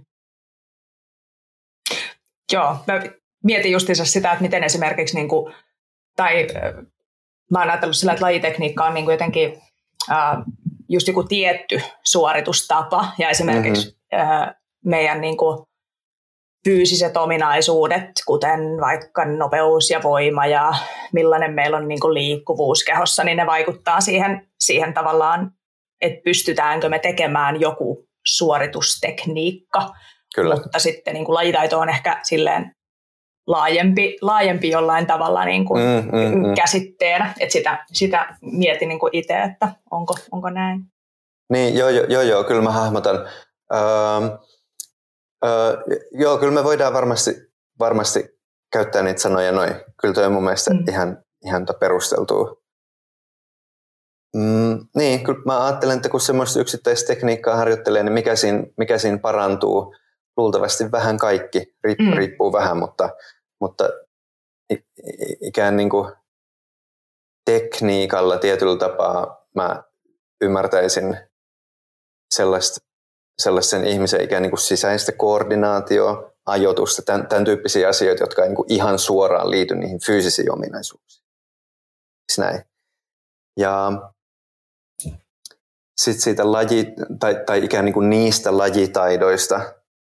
Joo, mä mietin justiinsa sitä, että miten esimerkiksi, niin kuin, tai mä oon ajatellut sillä, että lajitekniikka on niin kuin jotenkin äh, just joku tietty suoritustapa, ja esimerkiksi mm-hmm. äh, meidän niin kuin fyysiset ominaisuudet, kuten vaikka nopeus ja voima ja millainen meillä on niin kuin liikkuvuus kehossa, niin ne vaikuttaa siihen, siihen tavallaan, että pystytäänkö me tekemään joku suoritustekniikka. Kyllä. Mutta sitten niin kuin lajitaito on ehkä silleen laajempi, laajempi jollain tavalla niin kuin mm, mm, mm. käsitteenä. Että sitä, sitä mietin niin kuin itse, että onko, onko näin. Niin, joo, joo, joo, kyllä mä hahmotan. Öö, öö, joo, kyllä me voidaan varmasti, varmasti käyttää niitä sanoja noin. Kyllä toi on mun mielestä mm. ihan, ihan perusteltua. Mm, niin, kyllä mä ajattelen, että kun semmoista yksittäistä tekniikkaa harjoittelee, niin mikä siinä, mikä siinä parantuu? Luultavasti vähän kaikki, riippuu, mm. riippuu vähän, mutta, mutta ikään niin kuin tekniikalla tietyllä tapaa mä ymmärtäisin sellaista, sellaisen ihmisen ikään niin kuin sisäistä koordinaatioa, ajoitusta, tämän, tämän tyyppisiä asioita, jotka ei niin kuin ihan suoraan liity niihin fyysisiin ominaisuuksiin. Näin. Ja sitten siitä laji, tai, tai ikään niin kuin niistä lajitaidoista,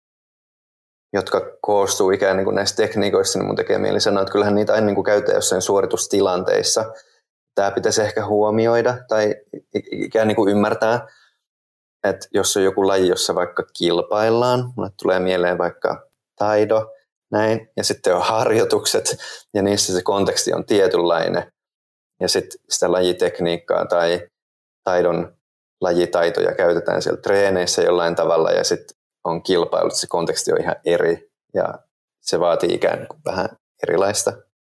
jotka koostuu ikään niin kuin näistä tekniikoista, niin mun tekee mieli sanoa, että kyllähän niitä aina niin kuin käytetään jossain suoritustilanteissa. Tämä pitäisi ehkä huomioida tai ikään niin kuin ymmärtää, että jos on joku laji, jossa vaikka kilpaillaan, mulle tulee mieleen vaikka taido, näin, ja sitten on harjoitukset, ja niissä se konteksti on tietynlainen, ja sitten sitä lajitekniikkaa tai taidon lajitaitoja käytetään siellä treeneissä jollain tavalla, ja sitten on kilpailut, se konteksti on ihan eri, ja se vaatii ikään kuin vähän erilaista,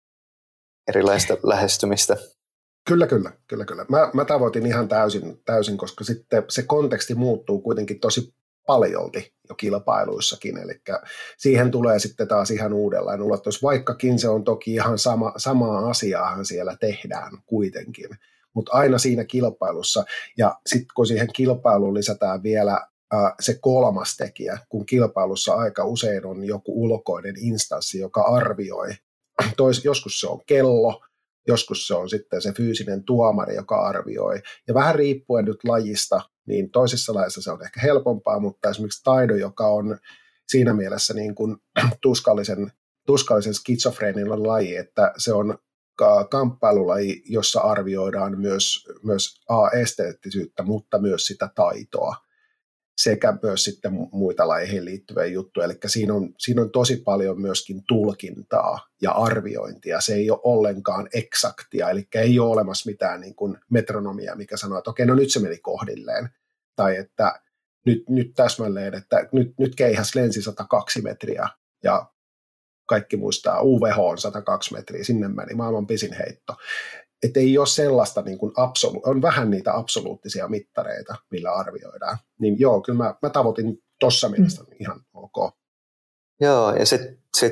erilaista lähestymistä. Kyllä, kyllä, kyllä, kyllä. Mä, mä tavoitin ihan täysin, täysin, koska sitten se konteksti muuttuu kuitenkin tosi paljolti jo kilpailuissakin, eli siihen tulee sitten taas ihan uudenlainen ulottuvuus, vaikkakin se on toki ihan sama, samaa asiaahan siellä tehdään kuitenkin, mutta aina siinä kilpailussa, ja sitten kun siihen kilpailuun lisätään vielä äh, se kolmas tekijä, kun kilpailussa aika usein on joku ulkoinen instanssi, joka arvioi, Tois, joskus se on kello, joskus se on sitten se fyysinen tuomari, joka arvioi. Ja vähän riippuen nyt lajista, niin toisessa lajissa se on ehkä helpompaa, mutta esimerkiksi taido, joka on siinä mielessä niin kuin tuskallisen, tuskallisen skitsofreenin laji, että se on kamppailulaji, jossa arvioidaan myös, myös a, esteettisyyttä, mutta myös sitä taitoa. Sekä myös sitten muita lajeihin liittyviä juttuja. Eli siinä on, siinä on tosi paljon myöskin tulkintaa ja arviointia. Se ei ole ollenkaan eksaktia, eli ei ole olemassa mitään niin kuin metronomia, mikä sanoo, että okei, no nyt se meni kohdilleen. Tai että nyt, nyt täsmälleen, että nyt, nyt keihäs lensi sata kaksi metriä ja kaikki muistaa, U V H on sata kaksi metriä, sinne meni maailman pisin heitto. Että ei ole sellaista, niin kuin absolu- on vähän niitä absoluuttisia mittareita, millä arvioidaan. Niin joo, kyllä mä, mä tavoitin tuossa mielessä mm. ihan ok. Joo, ja sitten sit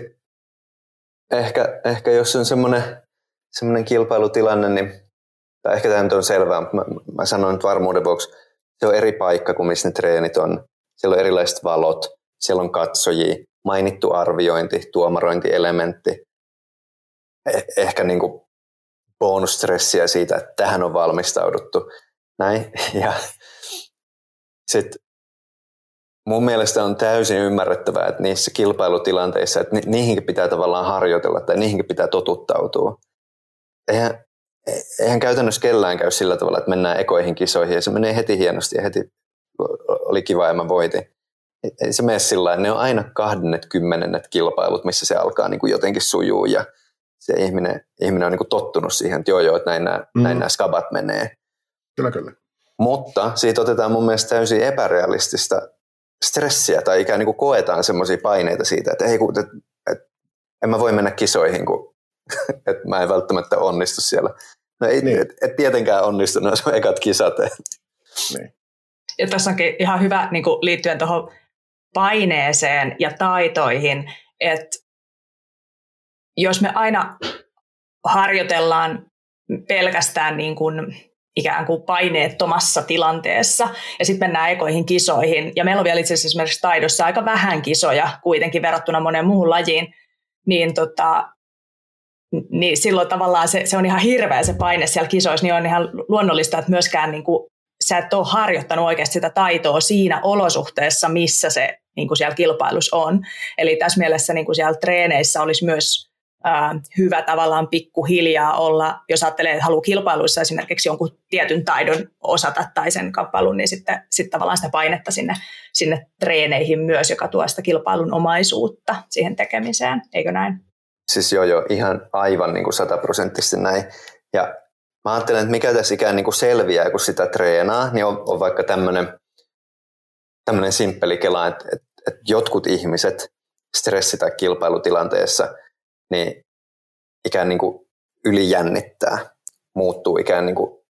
ehkä, ehkä jos on semmoinen semmoinen kilpailutilanne, niin, tai ehkä tämä nyt on selvää, mutta mä, mä sanon nyt varmuuden vuoksi, se on eri paikka kuin missä ne treenit on. Siellä on erilaiset valot, siellä on katsojia, mainittu arviointi, tuomarointielementti, eh- ehkä niin kuin bonusstressiä siitä, että tähän on valmistauduttu. Näin. Ja sitten mun mielestä on täysin ymmärrettävää, että niissä kilpailutilanteissa, että ni- niihinkin pitää tavallaan harjoitella tai niihinkin pitää totuttautua. Eihän, eihän käytännössä kellään käy sillä tavalla, että mennään ekoihin kisoihin ja se menee heti hienosti ja heti oli kiva ja mä voitin. Ei se mene sillä lailla. Ne on aina kahdennet, kymmenennet kilpailut, missä se alkaa niin kuin jotenkin sujuu ja se ihminen, ihminen on niin kuin tottunut siihen, että joo joo, että näin nämä, mm. näin nämä skabat menee. Kyllä, kyllä. Mutta siitä otetaan mun mielestä täysin epärealistista stressiä tai ikään niin kuin koetaan semmoisia paineita siitä, että, ei, että, että en mä voi mennä kisoihin, kun että mä en välttämättä onnistu siellä. No ei niin. et, et tietenkään onnistu, ne on ekat kisat. Niin. Ja tässä onkin ihan hyvä niin kuin liittyen tuohon paineeseen ja taitoihin, että jos me aina harjoitellaan pelkästään niin kuin ikään kuin paineettomassa tilanteessa ja sitten mennään ekoihin kisoihin, ja meillä on vielä itse asiassa esimerkiksi taidossa aika vähän kisoja kuitenkin verrattuna moneen muuhun lajiin, niin, tota, niin silloin tavallaan se, se on ihan hirveä se paine siellä kisoissa, niin on ihan luonnollista, että myöskään niin kuin, sä et ole harjoittanut oikeasti sitä taitoa siinä olosuhteessa, missä se niin kuin siellä kilpailussa on. Eli tässä mielessä niin kuin siellä treeneissä olisi myös ää, hyvä tavallaan pikkuhiljaa olla, jos ajattelee, että haluaa kilpailuissa esimerkiksi jonkun tietyn taidon osata tai sen kappalun, niin sitten, sitten tavallaan sitä painetta sinne, sinne treeneihin myös, joka tuo sitä kilpailun omaisuutta siihen tekemiseen, eikö näin? Siis joo joo, ihan aivan niin kuin sataprosenttisesti näin. Ja mä ajattelen, että mikä tässä ikään niin kuin selviää, kun sitä treenaa, niin on, on vaikka tämmöinen tämmöinen simppeli kela, että, että, että jotkut ihmiset stressi- tai kilpailutilanteessa niin ikään niin kuin ylijännittää, muuttuu ikään niin kuin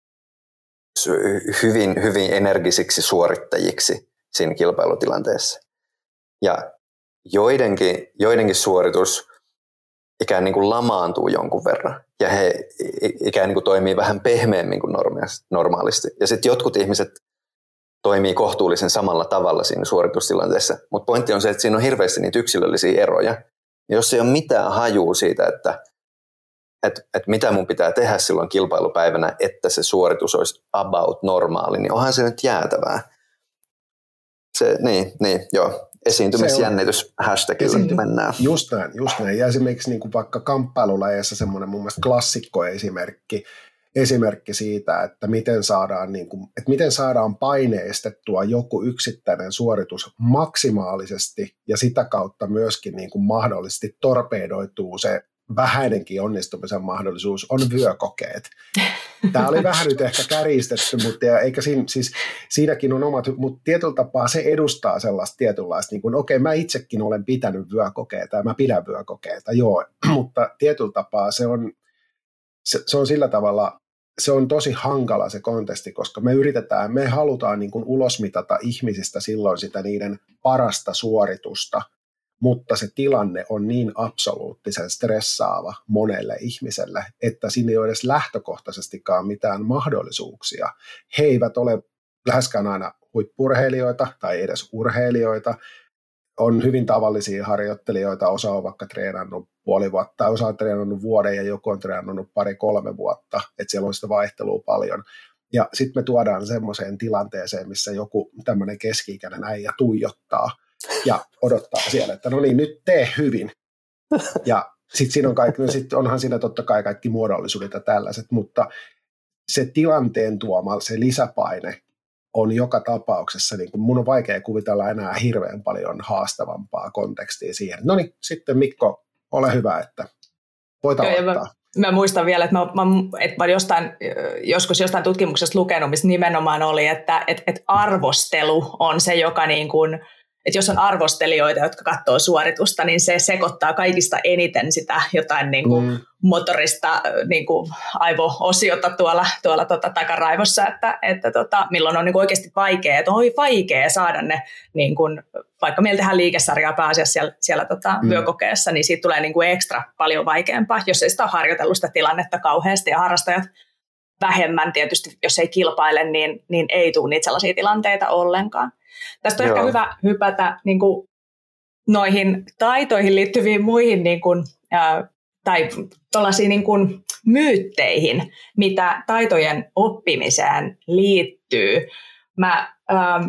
hyvin, hyvin energisiksi suorittajiksi siinä kilpailutilanteessa. Ja joidenkin, joidenkin suoritus ikään niin kuin lamaantuu jonkun verran ja he ikään niin kuin toimii vähän pehmeämmin kuin normaalisti. Ja sitten jotkut ihmiset toimii kohtuullisen samalla tavalla siinä suoritustilanteessa. Mutta pointti on se, että siinä on hirveästi niitä yksilöllisiä eroja. Ja jos ei ole mitään hajua siitä, että, että, että mitä mun pitää tehdä silloin kilpailupäivänä, että se suoritus olisi about normaali, niin onhan se nyt jäätävää. Se, niin, niin, joo. Esiintymisjännitys hashtagilla Esiinty- mennään. Just näin, just näin. Ja esimerkiksi niin kuin vaikka kamppailulajeissa semmoinen mun mielestä klassikkoesimerkki esimerkki siitä, että miten saadaan, niin kuin, että miten saadaan paineistettua joku yksittäinen suoritus maksimaalisesti ja sitä kautta myöskin niin kuin mahdollisesti torpedoituu se vähäinenkin onnistumisen mahdollisuus on vyökokeet. Tämä oli vähän nyt ehkä kärjistetty, mutta eikä siinä, siis siinäkin on omat, mutta tietyllä tapaa se edustaa sellaista tietynlaista, niin kuin okei, okay, mä itsekin olen pitänyt vyökokeita ja mä pidän vyökokeita, joo, mutta tietyllä tapaa se on, se, se on sillä tavalla, se on tosi hankala se konteksti, koska me yritetään, me halutaan niin kuin ulosmitata ihmisistä silloin sitä niiden parasta suoritusta, mutta se tilanne on niin absoluuttisen stressaava monelle ihmiselle, että siinä ei ole edes lähtökohtaisestikaan mitään mahdollisuuksia. He eivät ole läheskään aina huippurheilijoita tai edes urheilijoita. On hyvin tavallisia harjoittelijoita, osa on vaikka treenannut puoli vuotta, tai osa on treenannut vuoden ja joku on treenannut pari-kolme vuotta, että siellä on sitä vaihtelua paljon. Ja sitten me tuodaan semmoiseen tilanteeseen, missä joku tämmöinen keski-ikäinen äijä tuijottaa ja odottaa siellä, että no niin, nyt tee hyvin. Ja sitten siinä on kaikki, no sit onhan siinä totta kai kaikki muodollisuudet ja tällaiset, mutta se tilanteen tuoma, se lisäpaine on joka tapauksessa, niin kun mun on vaikea kuvitella enää hirveän paljon haastavampaa kontekstia siihen. No niin, sitten Mikko, ole hyvä, että voit aloittaa. Mä muistan vielä, että mä, mä, että mä jostain, joskus jostain tutkimuksesta lukenut, missä nimenomaan oli, että et, et arvostelu on se, joka niin kuin, että jos on arvostelijoita, jotka katsoo suoritusta, niin se sekoittaa kaikista eniten sitä jotain niin kuin mm. motorista niin kuin aivo-osiota tuolla, tuolla tota takaraivossa, että, että tota, milloin on niin kuin oikeasti vaikea, että on vaikea saada ne, niin kuin, vaikka meillä tehdään liikesarjaa pääasiassa siellä, siellä tota, mm. vyökokeessa, niin siitä tulee niin kuin ekstra paljon vaikeampaa, jos ei sitä ole harjoitellut sitä tilannetta kauheasti ja harrastajat vähemmän tietysti, jos ei kilpaile, niin, niin ei tule niitä sellaisia tilanteita ollenkaan. Tästä on Joo. ehkä hyvä hypätä niin kuin noihin taitoihin liittyviin muihin niin kuin, ää, tai tuollaisiin niin kuin myytteihin, mitä taitojen oppimiseen liittyy. Mä ähm,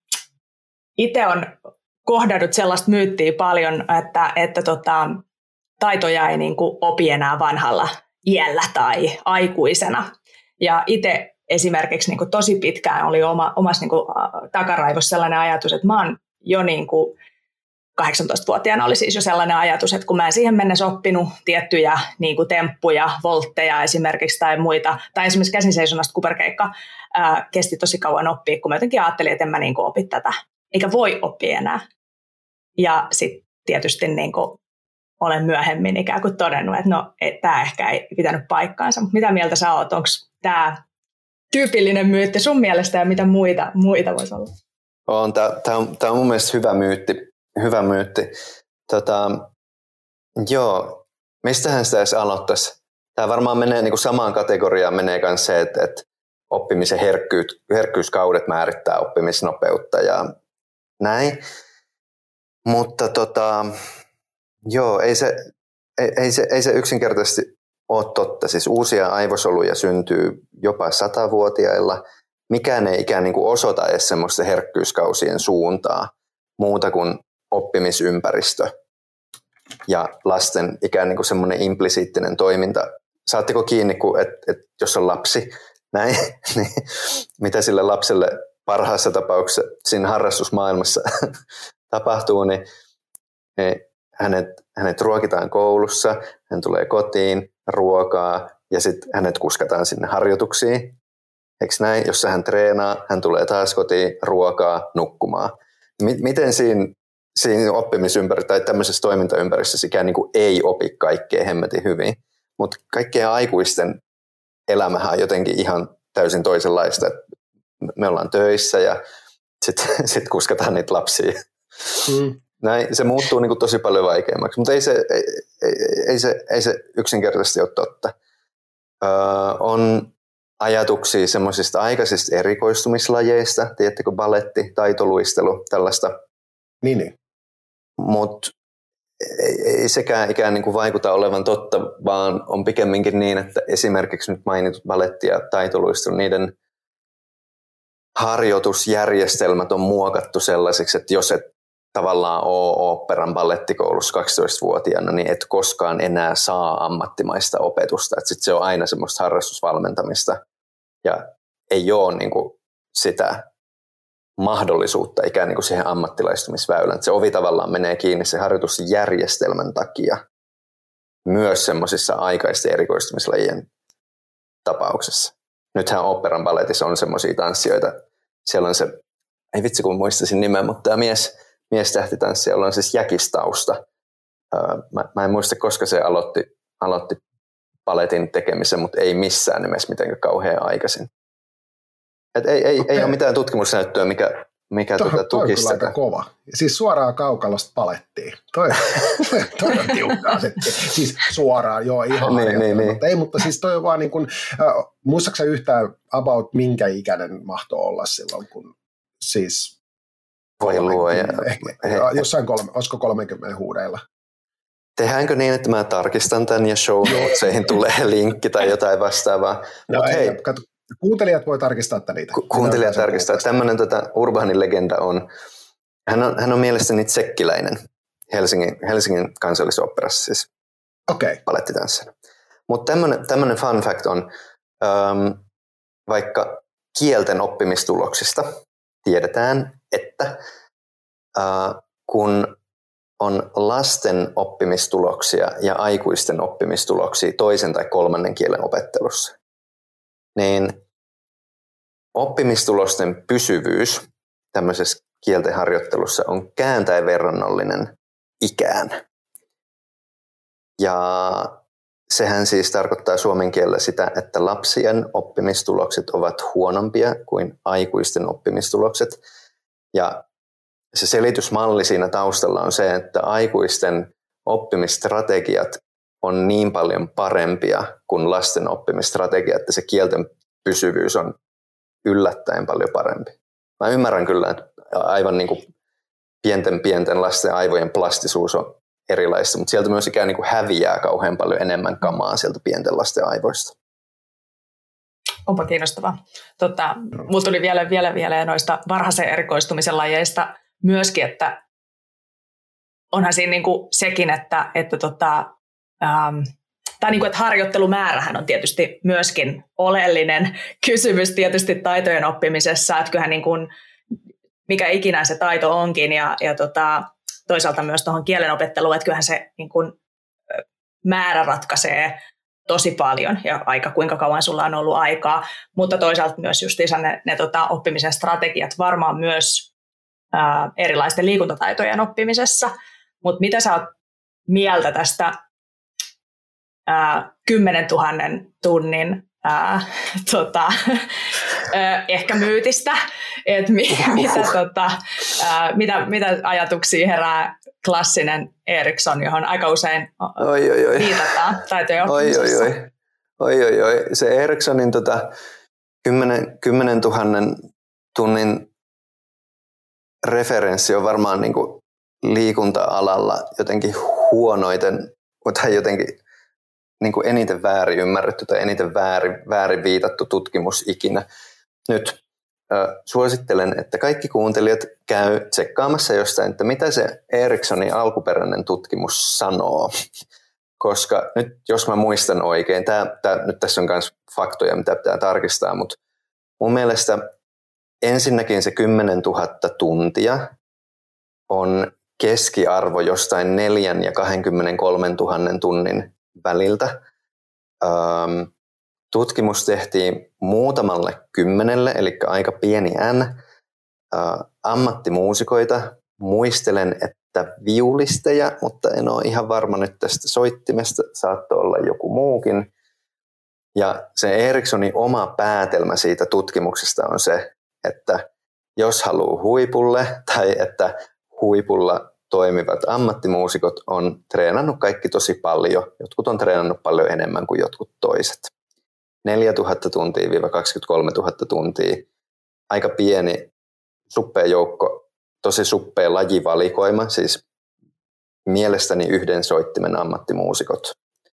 itse olen kohdannut sellaista myyttiä paljon, että, että tota, taitoja ei niin kuin opi enää vanhalla iällä tai aikuisena. Ja itse esimerkiksi niin kuin tosi pitkään oli oma, omassa niin kuin, takaraivossa sellainen ajatus, että mä oon jo niin kuin kahdeksantoistavuotiaana oli siis jo sellainen ajatus, että kun mä en siihen mennessä oppinut tiettyjä niin kuin temppuja, voltteja esimerkiksi tai muita, tai esimerkiksi käsinseisonnasta kuperkeikka ää, kesti tosi kauan oppia, kun mä jotenkin ajattelin, että en mä niin kuin opi tätä, eikä voi oppia enää. Ja sitten tietysti niin kuin olen myöhemmin ikään kuin todennut, että no, tämä ehkä ei pitänyt paikkaansa. Mitä mieltä sä oot? Onko tämä tyypillinen myytti sun mielestä ja mitä muita, muita voisi olla? On, tämä on, on mun mielestä hyvä myytti. Hyvä myytti. Tota, joo, mistähän sitä edes aloittaisi? Tämä varmaan menee niin kuin samaan kategoriaan menee myös se, että, että oppimisen herkkyys, herkkyyskaudet määrittää oppimisnopeutta ja näin. Mutta tota, joo, ei se, ei, ei, se, ei se yksinkertaisesti ole totta. Siis uusia aivosoluja syntyy jopa satavuotiailla. Mikään ei ikään niin kuin osoita edes semmoista herkkyyskausien suuntaa muuta kuin oppimisympäristö ja lasten ikään niin kuin semmoinen implisiittinen toiminta. Saatteko kiinni, kun et, et, jos on lapsi, näin, niin mitä sille lapselle parhaassa tapauksessa siinä harrastusmaailmassa tapahtuu, niin, niin hänet, hänet ruokitaan koulussa, hän tulee kotiin, ruokaa ja sitten hänet kuskataan sinne harjoituksiin. Eikö näin? Jos hän treenaa, hän tulee taas kotiin, ruokaa, nukkumaan. Miten siinä, siinä oppimisympäristössä tai tämmöisessä toimintaympäristössä ikään niin kuin ei opi kaikkea hemmetin hyvin, mutta kaikkien aikuisten elämähän on jotenkin ihan täysin toisenlaista. Me ollaan töissä ja sitten sit kuskataan niitä lapsia. Mm. Näin, se muuttuu niin kuin tosi paljon vaikeammaksi, mutta ei se, ei, ei, ei, se, ei se yksinkertaisesti ole totta. Öö, on ajatuksia semmoisista aikaisista erikoistumislajeista, tiedättekö, balletti, taitoluistelu, tällaista. Niin, niin. Mutta ei, ei sekään ikään niin kuin vaikuta olevan totta, vaan on pikemminkin niin, että esimerkiksi nyt mainitut balletti ja taitoluistelu, niiden harjoitusjärjestelmät on muokattu sellaisiksi, että jos et tavallaan ole oopperan ballettikoulussa kaksitoistavuotiaana, niin et koskaan enää saa ammattimaista opetusta. Et sit se on aina semmoista harrastusvalmentamista ja ei ole niin kuin sitä mahdollisuutta ikään niin kuin siihen ammattilaistumisväylään. Et se ovi tavallaan menee kiinni se harjoitusjärjestelmän takia myös semmoisissa aikaisten erikoistumislajien tapauksessa. Nythän oopperan balletissa on semmoisia tanssijoita. Siellä on se, ei vitsi kun muistaisin nimen, mutta tämä mies, miestähtitanssi, jolla on siis jäkistausta. Mä, mä en muista, koska se aloitti, aloitti balletin tekemisen, mutta ei missään nimessä mitenkään kauhean aikaisin. Et ei, ei, ei ole mitään tutkimusnäyttöä, mikä, mikä toi, tuota, tukisi sitä. Toi on aika kova. Siis suoraan kaukalosta palettiin. Toi, toi on tiukkaa sitten. Siis suoraan, joo, ihan niin, niin, niin. Mutta ei, mutta siis toi on vaan niin kuin, äh, muistatko sä yhtään about minkä ikäinen mahtoi olla silloin, kun siis voi luoja. Jossain kolme, olisiko kolmekymmentä huudeilla? Tehdäänkö niin, että mä tarkistan tämän ja show notesihin tulee linkki tai jotain vastaavaa? No Mut ei, hei, kato, kuuntelijat voi tarkistaa niitä. Ku- kuuntelijat tarkistaa. Tämmöinen tota, urbaani legenda on, hän on, hän on mielestäni tsekkiläinen Helsingin, Helsingin kansallisoopperassa siis okay. Balettitanssina. Mutta tämmöinen, tämmöinen fun fact on, ähm, vaikka kielten oppimistuloksista tiedetään, että äh, kun on lasten oppimistuloksia ja aikuisten oppimistuloksia toisen tai kolmannen kielen opettelussa, niin oppimistulosten pysyvyys tämmöisessä kielten harjoittelussa on kääntäen verrannollinen ikään. Ja sehän siis tarkoittaa suomen kielellä sitä, että lapsien oppimistulokset ovat huonompia kuin aikuisten oppimistulokset. Ja se selitysmalli siinä taustalla on se, että aikuisten oppimisstrategiat on niin paljon parempia kuin lasten oppimisstrategia, että se kielten pysyvyys on yllättäen paljon parempi. Mä ymmärrän kyllä, että aivan niin kuin pienten pienten lasten aivojen plastisuus on erilaista, mutta sieltä myös ikään kuin häviää kauhean paljon enemmän kamaa sieltä pienten lasten aivoista. Onpa kiinnostavaa. Tota, mulla tuli vielä, vielä, vielä noista varhaisen erikoistumisen lajeista myöskin, että onhan siinä niinku sekin, että, että, tota, ähm, tai niinku, että harjoittelumäärähän on tietysti myöskin oleellinen kysymys tietysti taitojen oppimisessa, että kyllähän niinku, mikä ikinä se taito onkin ja, ja tota, toisaalta myös tuohon kielenopetteluun, että kyllähän se niinku, määrä ratkaisee tosi paljon ja aika kuinka kauan sulla on ollut aikaa, mutta toisaalta myös justiinsa ne, ne tota, oppimisen strategiat varmaan myös ää, erilaisten liikuntataitojen oppimisessa, mutta mitä sä oot mieltä tästä ää, kymmenen tuhannen tunnin ää, tota, ää, ehkä myytistä, että mi, mitä, tota, ää, mitä, mitä ajatuksia herää klassinen Eriksson, johon aika usein oi, oi, oi. viitataan taitojen oppimisessa. Oi, oi, oi. oi, oi. Se Erikssonin tota, kymmenen tuhannen tunnin referenssi on varmaan niin kuin liikunta-alalla jotenkin huonoiten tai jotenkin niin kuin eniten väärin ymmärretty tai eniten väärin, väärin viitattu tutkimus ikinä. Nyt äh, suosittelen, että kaikki kuuntelijat käy tsekkaamassa jostain, että mitä se Erikssonin alkuperäinen tutkimus sanoo. Koska nyt, jos mä muistan oikein, tää, tää, nyt tässä on myös faktoja, mitä pitää tarkistaa, mutta mun mielestä ensinnäkin se kymmenen tuhatta tuntia on keskiarvo jostain neljän ja kaksikymmentäkolme tuhannen tunnin väliltä. Ähm, tutkimus tehtiin muutamalle kymmenelle, eli aika pieni N, äh, ammattimuusikoita. Muistelen, että viulisteja, mutta en ole ihan varma nyt tästä soittimesta, saattoi olla joku muukin. Ja se Erikssonin oma päätelmä siitä tutkimuksesta on se, että jos haluaa huipulle tai että huipulla toimivat ammattimuusikot on treenannut kaikki tosi paljon. Jotkut on treenannut paljon enemmän kuin jotkut toiset. neljätuhatta tuntia - kaksikymmentäkolmetuhatta tuntia. Aika pieni, suppea joukko, tosi suppea lajivalikoima, siis mielestäni yhden soittimen ammattimuusikot.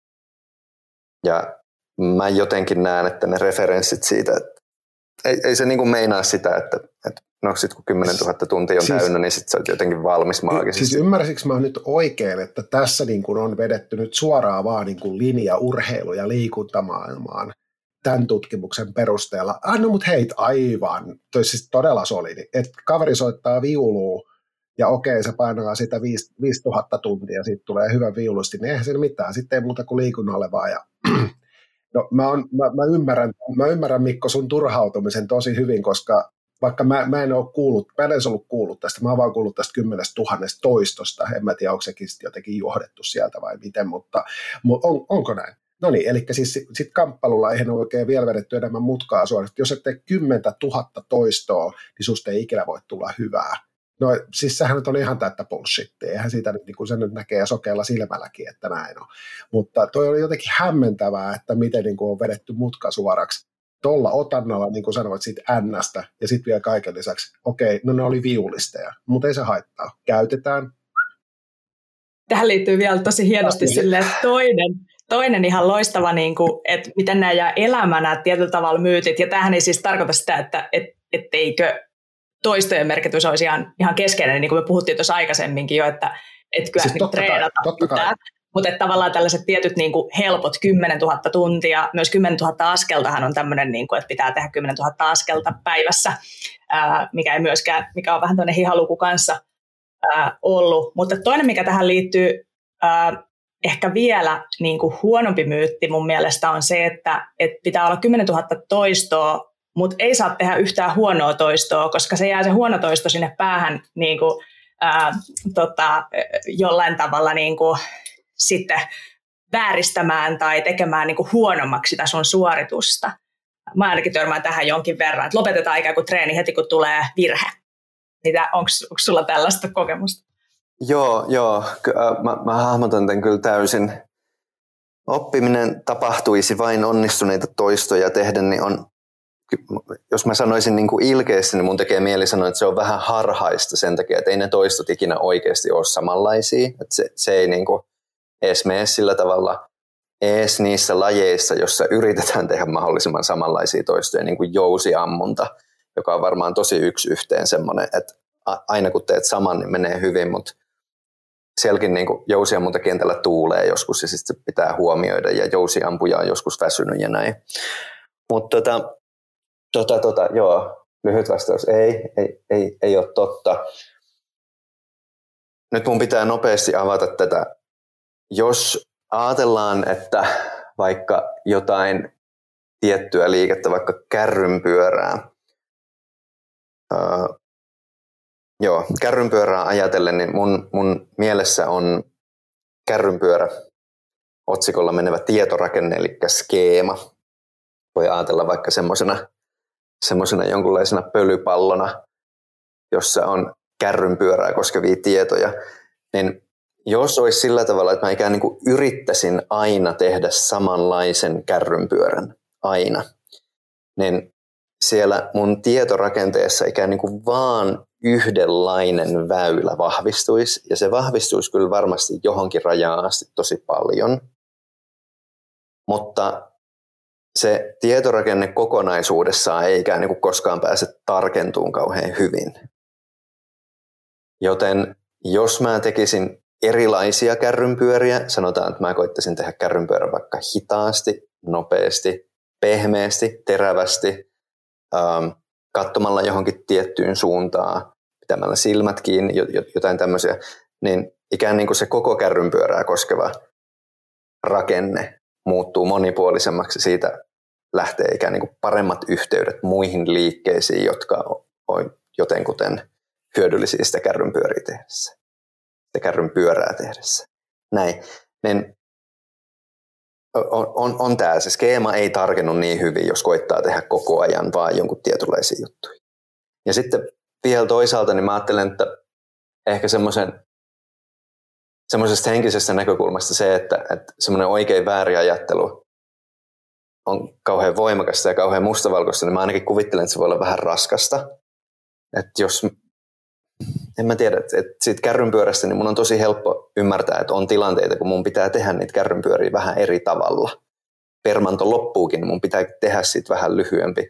Ja mä jotenkin näen, että ne referenssit siitä, että ei, ei se niin kuin meinaa sitä, että, että no sit kun kymmenentuhatta tuntia on siis, täynnä, niin sit sä oot jotenkin valmis maagisesti. Siis ymmärsikö mä nyt oikein, että tässä niin kuin on vedetty nyt suoraan vaan niin kuin linja urheilu- ja liikuntamaailmaan tämän tutkimuksen perusteella? Ah, no mut hei, aivan, toi siis todella solidi, että kaveri soittaa viulua ja okei, se painaa sitä viisituhatta tuntia, siitä tulee hyvä viulusti, niin eihän siinä mitään, sitten ei muuta kuin liikunnalle vaan. Ja no, mä, on, mä, mä, ymmärrän, mä ymmärrän, Mikko, sun turhautumisen tosi hyvin, koska vaikka mä, mä en ole kuullut, mä en edes ollut kuullut tästä, mä oon vaan kuullut tästä kymmenestä tuhannesta toistosta, en mä tiedä, onko sekin jotenkin johdettu sieltä vai miten, mutta on, onko näin? No niin, eli siis sit kamppailulla eihän ole oikein vielä vedetty enemmän mutkaa suoraan, jos et tee kymmentä tuhatta toistoa, niin susta ei ikinä voi tulla hyvää. No siis sehän nyt on ihan täyttä bullshittia, eihän siitä nyt, niin kuin sen nyt näkee sokealla silmälläkin, että näin on. Mutta toi oli jotenkin hämmentävää, että miten niin kuin on vedetty mutka suoraksi. Tuolla otannalla, niin kuin sanoit, siitä N-stä ja sitten vielä kaiken lisäksi, okei, no ne oli viulisteja, mutta ei se haittaa. Käytetään. Tähän liittyy vielä tosi hienosti silleen, että toinen, toinen ihan loistava, niin kuin, että miten nämä jää elämänä tietyllä tavalla myytit. Ja tämähän ei siis tarkoita sitä, että et, etteikö toistojen merkitys olisi ihan, ihan keskeinen, niin kuin me puhuttiin tuossa aikaisemminkin jo, että et kyllä siis niin treenata pitää. Mutta tavallaan tällaiset tietyt niin kuin helpot kymmenentuhatta tuntia, myös kymmenentuhatta askeltahan on tämmöinen, niin kuin, että pitää tehdä kymmenentuhatta askelta päivässä, ää, mikä ei myöskään, mikä on vähän tuonne hihaluku kanssa ää, ollut. Mutta toinen, mikä tähän liittyy ää, ehkä vielä niin kuin huonompi myytti mun mielestä on se, että et pitää olla kymmenentuhatta toistoa, mutta ei saa tehdä yhtään huonoa toistoa, koska se jää se huono toisto sinne päähän niin kuin, ää, tota, jollain tavalla niin kuin, sitten vääristämään tai tekemään niin kuin huonommaksi sitä sun suoritusta. Mä ainakin törmään tähän jonkin verran, että lopetetaan ikään kuin treeni heti, kun tulee virhe. Onko sulla tällaista kokemusta? Joo, joo. Mä, mä hahmotan tämän kyllä täysin. Oppiminen tapahtuisi vain onnistuneita toistoja tehden, niin on jos mä sanoisin niin kuin ilkeästi, niin mun tekee mieli sanoa, että se on vähän harhaista sen takia, että ei ne toistot ikinä oikeasti ole samanlaisia. Että se, se ei niin kuin edes mene sillä tavalla edes niissä lajeissa, jossa yritetään tehdä mahdollisimman samanlaisia toistoja, niin kuin jousiammunta, joka on varmaan tosi yksi yhteen semmoinen, että aina kun teet saman, niin menee hyvin, mutta sielläkin niin kuin jousiammuntakentällä tuulee joskus ja sitten pitää huomioida ja jousiampuja on joskus väsynyt ja näin. Mutta tota, tota, tota, joo, lyhyt vastaus, ei, ei, ei, ei ole totta. Nyt mun pitää nopeasti avata tätä. Jos ajatellaan, että vaikka jotain tiettyä liikettä, vaikka kärrynpyörää, uh, joo, kärrynpyörää ajatellen, niin mun, mun mielessä on kärrynpyörä otsikolla menevä tietorakenne, eli skeema. Voi ajatella vaikka semmoisena semmoisena jonkunlaisena pölypallona, jossa on kärrynpyörää koskevia tietoja, niin jos olisi sillä tavalla, että mä ikään niin kuin yrittäisin aina tehdä samanlaisen kärrynpyörän, aina, niin siellä mun tietorakenteessa ikään niin kuin vaan yhdenlainen väylä vahvistuisi, ja se vahvistuisi kyllä varmasti johonkin rajaan asti tosi paljon, mutta se tietorakenne kokonaisuudessaan ei ikään niin kuin koskaan pääse tarkentumaan kauhean hyvin. Joten jos mä tekisin erilaisia kärrynpyöriä, sanotaan, että mä koittaisin tehdä kärrynpyörän vaikka hitaasti, nopeasti, pehmeästi, terävästi, ähm, katsomalla johonkin tiettyyn suuntaan, pitämällä silmät kiinni, jotain tämmöisiä, niin ikään niin kuin se koko kärrynpyörää koskeva rakenne muuttuu monipuolisemmaksi. Siitä lähtee ikään niin kuin paremmat yhteydet muihin liikkeisiin, jotka on jotenkuten hyödyllisiä sitä kärrynpyöriä tehdessä, sitä kärrynpyörää tehdessä. Näin. Niin on, on, on tämä, se skeema ei tarkennu niin hyvin, jos koittaa tehdä koko ajan vaan jonkun tietynlaisia juttuja. Ja sitten vielä toisaalta niin mä ajattelen, että ehkä semmoisen semmoisesta henkisestä näkökulmasta se, että, että semmoinen oikein väärin ajattelu on kauhean voimakasta ja kauhean mustavalkoista, niin mä ainakin kuvittelen, että se voi olla vähän raskasta. Että jos, en mä tiedä, että, että siitä kärrynpyörästä, niin mun on tosi helppo ymmärtää, että on tilanteita, kun mun pitää tehdä niitä kärrynpyöriä vähän eri tavalla. Permanto loppuukin, niin mun pitää tehdä siitä vähän lyhyempi.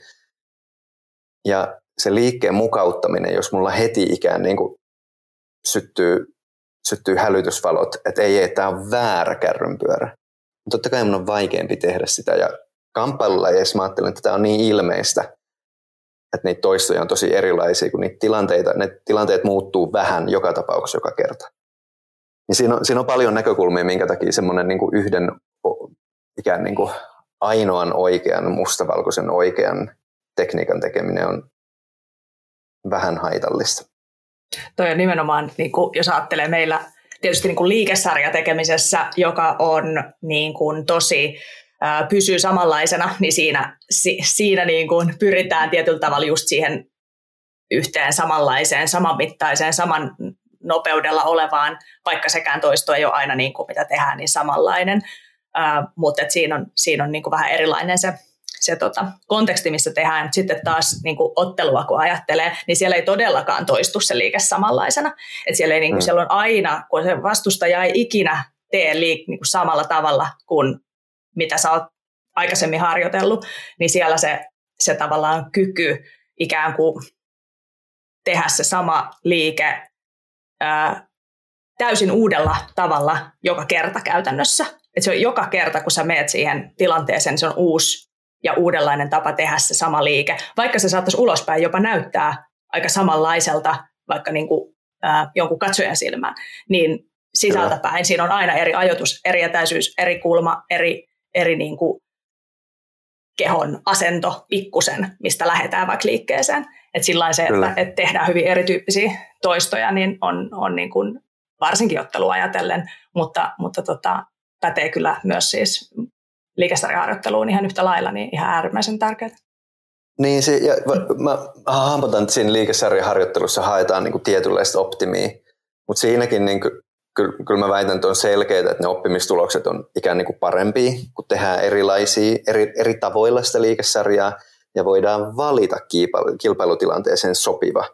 Ja se liikkeen mukauttaminen, jos mulla heti ikään niin kuin syttyy syttyy hälytysvalot, että ei, ei tämä on väärä kärrynpyörä. Mutta totta kai mun on vaikeampi tehdä sitä. Ja kamppailulla edes mä ajattelen, että tämä on niin ilmeistä, että niitä toistoja on tosi erilaisia, kun niitä tilanteita, ne tilanteet muuttuu vähän joka tapauksessa joka kerta. Niin siinä, on, siinä on paljon näkökulmia, minkä takia semmoinen niin kuin yhden ikään niin kuin ainoan oikean, mustavalkoisen oikean tekniikan tekeminen on vähän haitallista. Toi on nimenomaan, niin kuin, jos ajattelee meillä tietysti niin kuin liikesarjatekemisessä, joka on niin kuin, tosi ää, pysyy samanlaisena, niin siinä, si, siinä niin kuin, pyritään tietyllä tavalla just siihen yhteen samanlaiseen, samanmittaiseen, saman nopeudella olevaan, vaikka sekään toisto ei ole aina niin kuin, mitä tehdään, niin samanlainen. Ää, mutta et siinä on, siinä on niin kuin, vähän erilainen se se tota, konteksti, missä tehdään sitten taas niin kuin ottelua, kun ajattelee, niin siellä ei todellakaan toistu se liike samanlaisena. Et siellä, ei, niin kuin, mm. siellä on aina, kun se vastustaja ei ikinä tee liik- niin kuin samalla tavalla kuin mitä sä oot aikaisemmin harjoitellut, niin siellä se, se tavallaan kyky ikään kuin tehdä se sama liike ää, täysin uudella tavalla joka kerta käytännössä. Et se on joka kerta, kun sä meet siihen tilanteeseen, niin se on uusi ja uudenlainen tapa tehdä se sama liike, vaikka se saattaisi ulospäin jopa näyttää aika samanlaiselta, vaikka niin kuin, ää, jonkun katsojan silmään, niin sisältäpäin siinä on aina eri ajoitus, eri etäisyys, eri kulma, eri, eri niin kuin kehon asento pikkusen, mistä lähdetään vaikka liikkeeseen. Et sillain se, että, että tehdään hyvin erityyppisiä toistoja, niin on, on niin kuin varsinkin ottelua ajatellen, mutta, mutta tota, pätee kyllä myös siis liikesarjaharjoitteluun ihan yhtä lailla, niin ihan äärimmäisen tärkeää. Niin, se, ja mä hahmotan, että siinä liikesarjaharjoittelussa haetaan niin kuin tietynlaista optimia, mutta siinäkin niin kuin, kyllä, kyllä mä väitän, että on selkeää, että ne oppimistulokset on ikään niin kuin parempia, kun tehdään erilaisia, eri, eri tavoilla sitä liikesarjaa, ja voidaan valita kilpailutilanteeseen sopiva.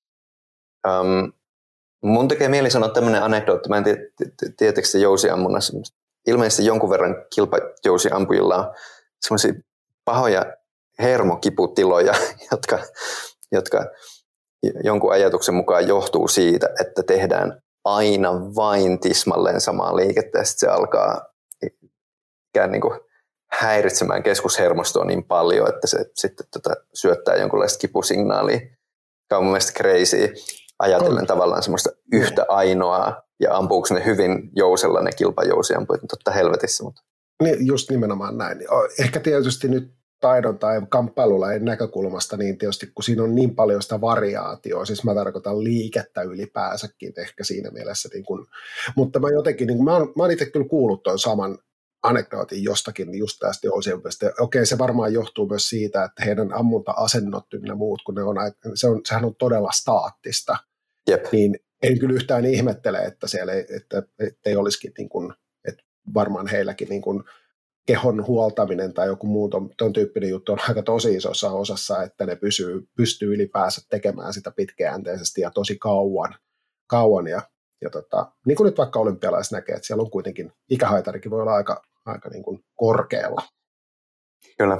Um, mun tekee mieli sanoa tämmöinen anekdootti, mä en tiedä, tiedätkö se jousiammunnassa, ilmeisesti jonkun verran kilpajousiampujilla on semmoisia pahoja hermokiputiloja, jotka, jotka jonkun ajatuksen mukaan johtuu siitä, että tehdään aina vain tismalleen samaa liikettä ja sitten se alkaa ikään niin kuin häiritsemään keskushermostoa niin paljon, että se sitten tota syöttää jonkunlaista kipusignaalia. Tämä on mun mielestä crazy ajatellen on tavallaan semmoista yhtä ainoaa ja ampuuko ne hyvin jousella ne kilpajousiampujat, totta helvetissä. Mutta. Niin, just nimenomaan näin. Ehkä tietysti nyt taidon tai kamppailulain näkökulmasta, niin tietysti kun siinä on niin paljon sitä variaatioa, siis mä tarkoitan liikettä ylipäänsäkin ehkä siinä mielessä, niin kun, mutta mä jotenkin, niin kun, mä, oon, mä oon itse kyllä kuullut tuon saman anekdootin jostakin just tästä jousiampujasta. Okei, se varmaan johtuu myös siitä, että heidän ammunta-asennot ynnä muut, kun ne on, se on, sehän on todella staattista, Jep. niin en kyllä yhtään ihmettele, että siellä ei, että, että ei olisikin niin kuin, että varmaan heilläkin niin kuin kehon huoltaminen tai joku muu ton, ton tyyppinen juttu on aika tosi isossa osassa, että ne pysyy, pystyy ylipäänsä tekemään sitä pitkäjänteisesti ja tosi kauan. kauan ja, ja tota, niin kuin nyt vaikka olympialaiset näkee, että siellä on kuitenkin ikähaitarikin voi olla aika, aika niin kuin korkealla. Kyllä.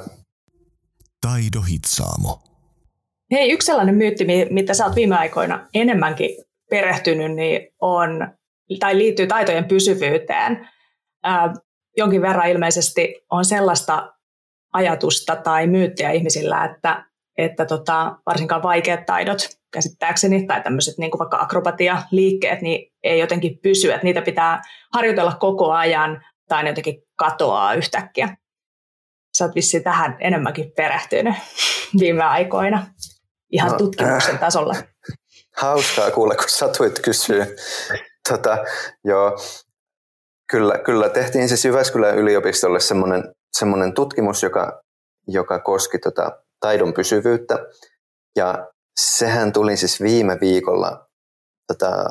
Taido Hitsaamo. Hei, yksi sellainen myytti, mitä sä oot viime aikoina enemmänkin perehtynyt, niin on, tai liittyy taitojen pysyvyyteen. Ää, jonkin verran ilmeisesti on sellaista ajatusta tai myyttiä ihmisillä, että, että tota, varsinkaan vaikeat taidot käsittääkseni, tai tämmöiset niin kuin vaikka akrobatia-liikkeet, niin ei jotenkin pysy, että niitä pitää harjoitella koko ajan, tai ne jotenkin katoaa yhtäkkiä. Sä oot vissiin tähän enemmänkin perehtynyt viime aikoina, ihan no, tutkimuksen äh, tasolla. Hauskaa kuulla, kun satuit kysyä. Tota, joo. Kyllä, kyllä, tehtiin siis Jyväskylän yliopistolle semmoinen, semmoinen tutkimus, joka, joka koski tota taidon pysyvyyttä. Ja sehän tuli siis viime viikolla tota,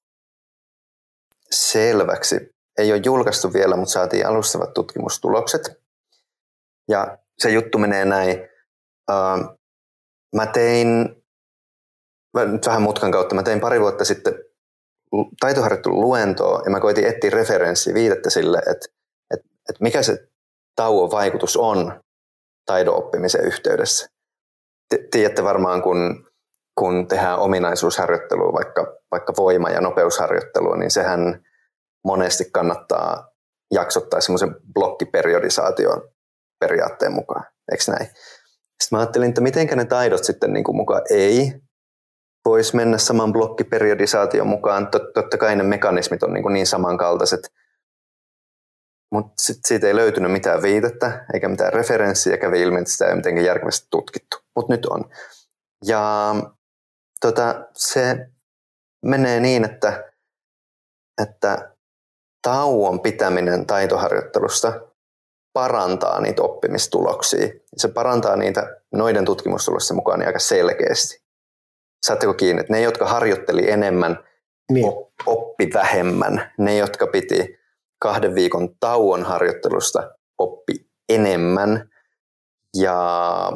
selväksi. Ei ole julkaistu vielä, mutta saatiin alustavat tutkimustulokset. Ja se juttu menee näin. Uh, mä tein, nyt vähän mutkan kautta, mä tein pari vuotta sitten taitoharjoittelun luentoa ja mä koitin etsiä referenssiä, viitettä sille, että, että, että mikä se tauon vaikutus on taidon oppimisen yhteydessä. Tiedätte varmaan, kun, kun tehdään ominaisuusharjoittelua, vaikka, vaikka voima- ja nopeusharjoittelua, niin sehän monesti kannattaa jaksottaa semmoisen blokkiperiodisaation periaatteen mukaan, eikö näin? Sitten mä ajattelin, että mitenkä ne taidot sitten niin kuin mukaan ei voisi mennä saman blokkiperiodisaation mukaan. Tot, totta kai ne mekanismit on niin, kuin niin samankaltaiset, mutta siitä ei löytynyt mitään viitettä eikä mitään referenssiä, kävi ilmi, että sitä ei ole mitenkään järkevästi tutkittu, mutta nyt on. Ja tota, se menee niin, että, että tauon pitäminen taitoharjoittelusta parantaa niitä oppimistuloksia. Se parantaa niitä noiden tutkimustulosten mukaan niin aika selkeästi. Saatteko kiinni, että ne, jotka harjoitteli enemmän, niin. oppi vähemmän. Ne, jotka piti kahden viikon tauon harjoittelusta, oppi enemmän. Ja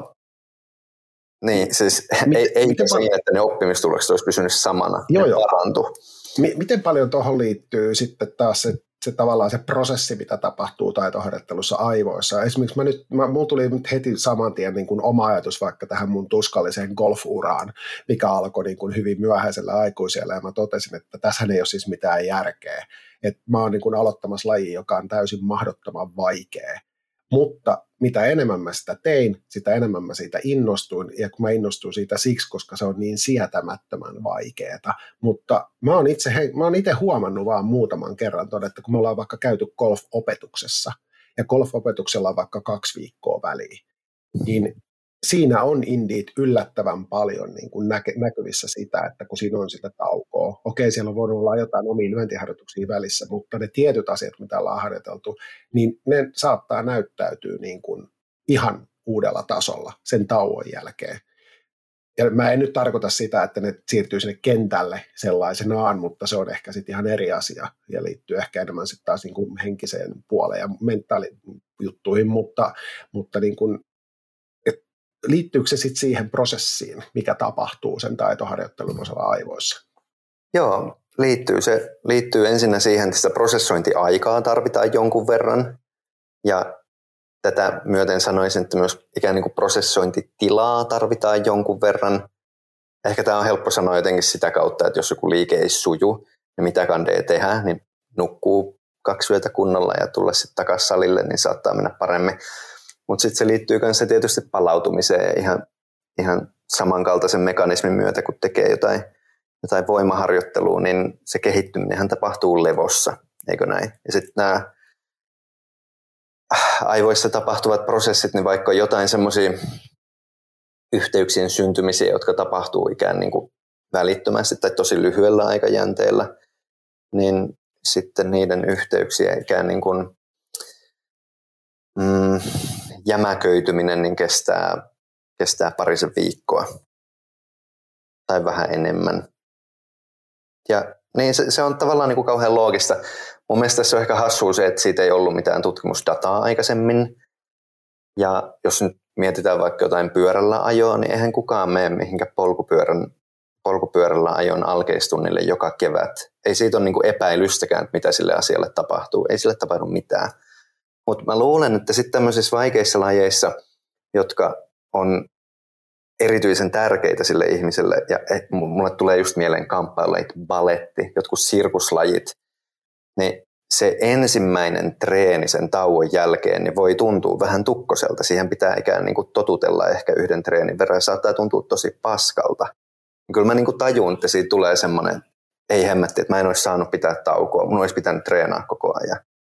niin, siis miten, ei, ei miten paljon, että ne oppimistulokset olisi pysynyt samana. Joo, ne joo. parantu. Miten paljon tuohon liittyy sitten taas se, se tavallaan se prosessi, mitä tapahtuu taitoharjoittelussa aivoissa? Esimerkiksi mä nyt, mä, mulla tuli nyt heti saman tien niin kuin oma ajatus vaikka tähän mun tuskalliseen golf-uraan, mikä alkoi niin kuin hyvin myöhäisellä aikuisella, ja mä totesin, että tässä ei ole siis mitään järkeä. Että mä oon niin kuin aloittamassa lajia, joka on täysin mahdottoman vaikea. Mutta mitä enemmän mä sitä tein, sitä enemmän mä siitä innostuin, ja kun mä innostuin siitä siksi, koska se on niin sietämättömän vaikeaa. Mutta mä oon itse, mä oon itse huomannut vaan muutaman kerran todetta, kun me ollaan vaikka käyty golf-opetuksessa, ja golf-opetuksella on vaikka kaksi viikkoa väliin, niin siinä on indeed yllättävän paljon niin kuin näke, näkyvissä sitä, että kun siinä on sitä taukoa. Okei, siellä on voinut olla jotain omia lyöntiharjoituksia välissä, mutta ne tietyt asiat, mitä ollaan harjoiteltu, niin ne saattaa näyttäytyä niin kuin ihan uudella tasolla sen tauon jälkeen. Ja mä en nyt tarkoita sitä, että ne siirtyy sinne kentälle sellaisenaan, mutta se on ehkä sitten ihan eri asia ja liittyy ehkä enemmän sitten taas niin kuin henkiseen puoleen ja mentaalijuttuihin, mutta, mutta niin kuin liittyykö se sitten siihen prosessiin, mikä tapahtuu sen taitoharjoittelun osalla aivoissa? Joo, liittyy. Se liittyy ensinnä siihen, että sitä prosessointiaikaa tarvitaan jonkun verran. Ja tätä myöten sanoisin, että myös ikään niin kuin prosessointitilaa tarvitaan jonkun verran. Ehkä tämä on helppo sanoa jotenkin sitä kautta, että jos joku liike ei suju, ja mitä kandee tehdä, niin nukkuu kaksi yötä kunnolla ja tulla sitten takaisin salille, niin saattaa mennä paremmin. Mutta sitten se liittyy myös se tietysti palautumiseen ihan, ihan samankaltaisen mekanismin myötä, kun tekee jotain, jotain voimaharjoittelua, niin se kehittyminenhän tapahtuu levossa, eikö näin? Ja sitten nämä aivoissa tapahtuvat prosessit, niin vaikka jotain semmoisia yhteyksien syntymisiä, jotka tapahtuu ikään niin kuin välittömästi tai tosi lyhyellä aikajänteellä, niin sitten niiden yhteyksiä ikään niin kuin mm, jämäköityminen niin kestää, kestää parisen viikkoa tai vähän enemmän. Ja niin se, se on tavallaan niin kuin kauhean loogista. Mun mielestä se on ehkä hassua se, että siitä ei ollut mitään tutkimusdataa aikaisemmin. Ja jos nyt mietitään vaikka jotain pyörällä ajoa, niin eihän kukaan mene mihinkään polkupyörän, polkupyörällä ajon alkeistunnille joka kevät. Ei siitä ole niin kuin epäilystäkään, mitä sille asialle tapahtuu. Ei sille tapahdu mitään. Mutta mä luulen, että sitten tämmöisissä vaikeissa lajeissa, jotka on erityisen tärkeitä sille ihmiselle, ja et, mulle tulee just mieleen kamppailulajit, baletti, jotkut sirkuslajit, niin se ensimmäinen treeni sen tauon jälkeen niin voi tuntua vähän tukkoselta. Siihen pitää ikään niin kuin totutella ehkä yhden treenin verran, saattaa tuntua tosi paskalta. Kyllä mä niin kuin tajun, että siitä tulee semmoinen, ei hemmätti, että mä en olisi saanut pitää taukoa, mun olisi pitänyt treenaa koko ajan.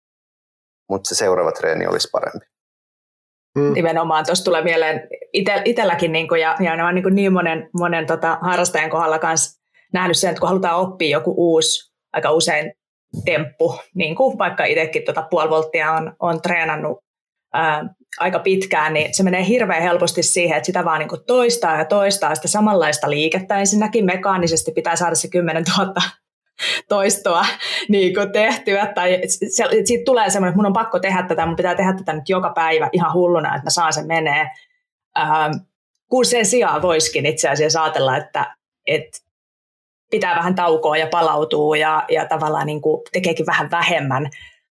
Mutta se seuraava treeni olisi parempi. Hmm. Nimenomaan tuossa tulee mieleen ite, itselläkin, niin kuin, ja, ja on niin, niin monen, monen tota, harrastajan kohdalla kanssa nähnyt sen, että kun halutaan oppia joku uusi, aika usein temppu, niin kuin vaikka itsekin tuota puoli volttia on, on treenannut ää, aika pitkään, niin se menee hirveän helposti siihen, että sitä vaan niin kuin toistaa ja toistaa sitä samanlaista liikettä. Ensinnäkin mekaanisesti pitää saada se kymmenen tuhatta toistoa niin kuin tehtyä, tai se, siitä tulee semmoinen, että mun on pakko tehdä tätä, mun pitää tehdä tätä nyt joka päivä ihan hulluna, että mä saan sen menee. Ähm, kun sen sijaan voisikin itse asiassa ajatella, että, että pitää vähän taukoa ja palautuu ja, ja tavallaan niin kuin tekeekin vähän vähemmän,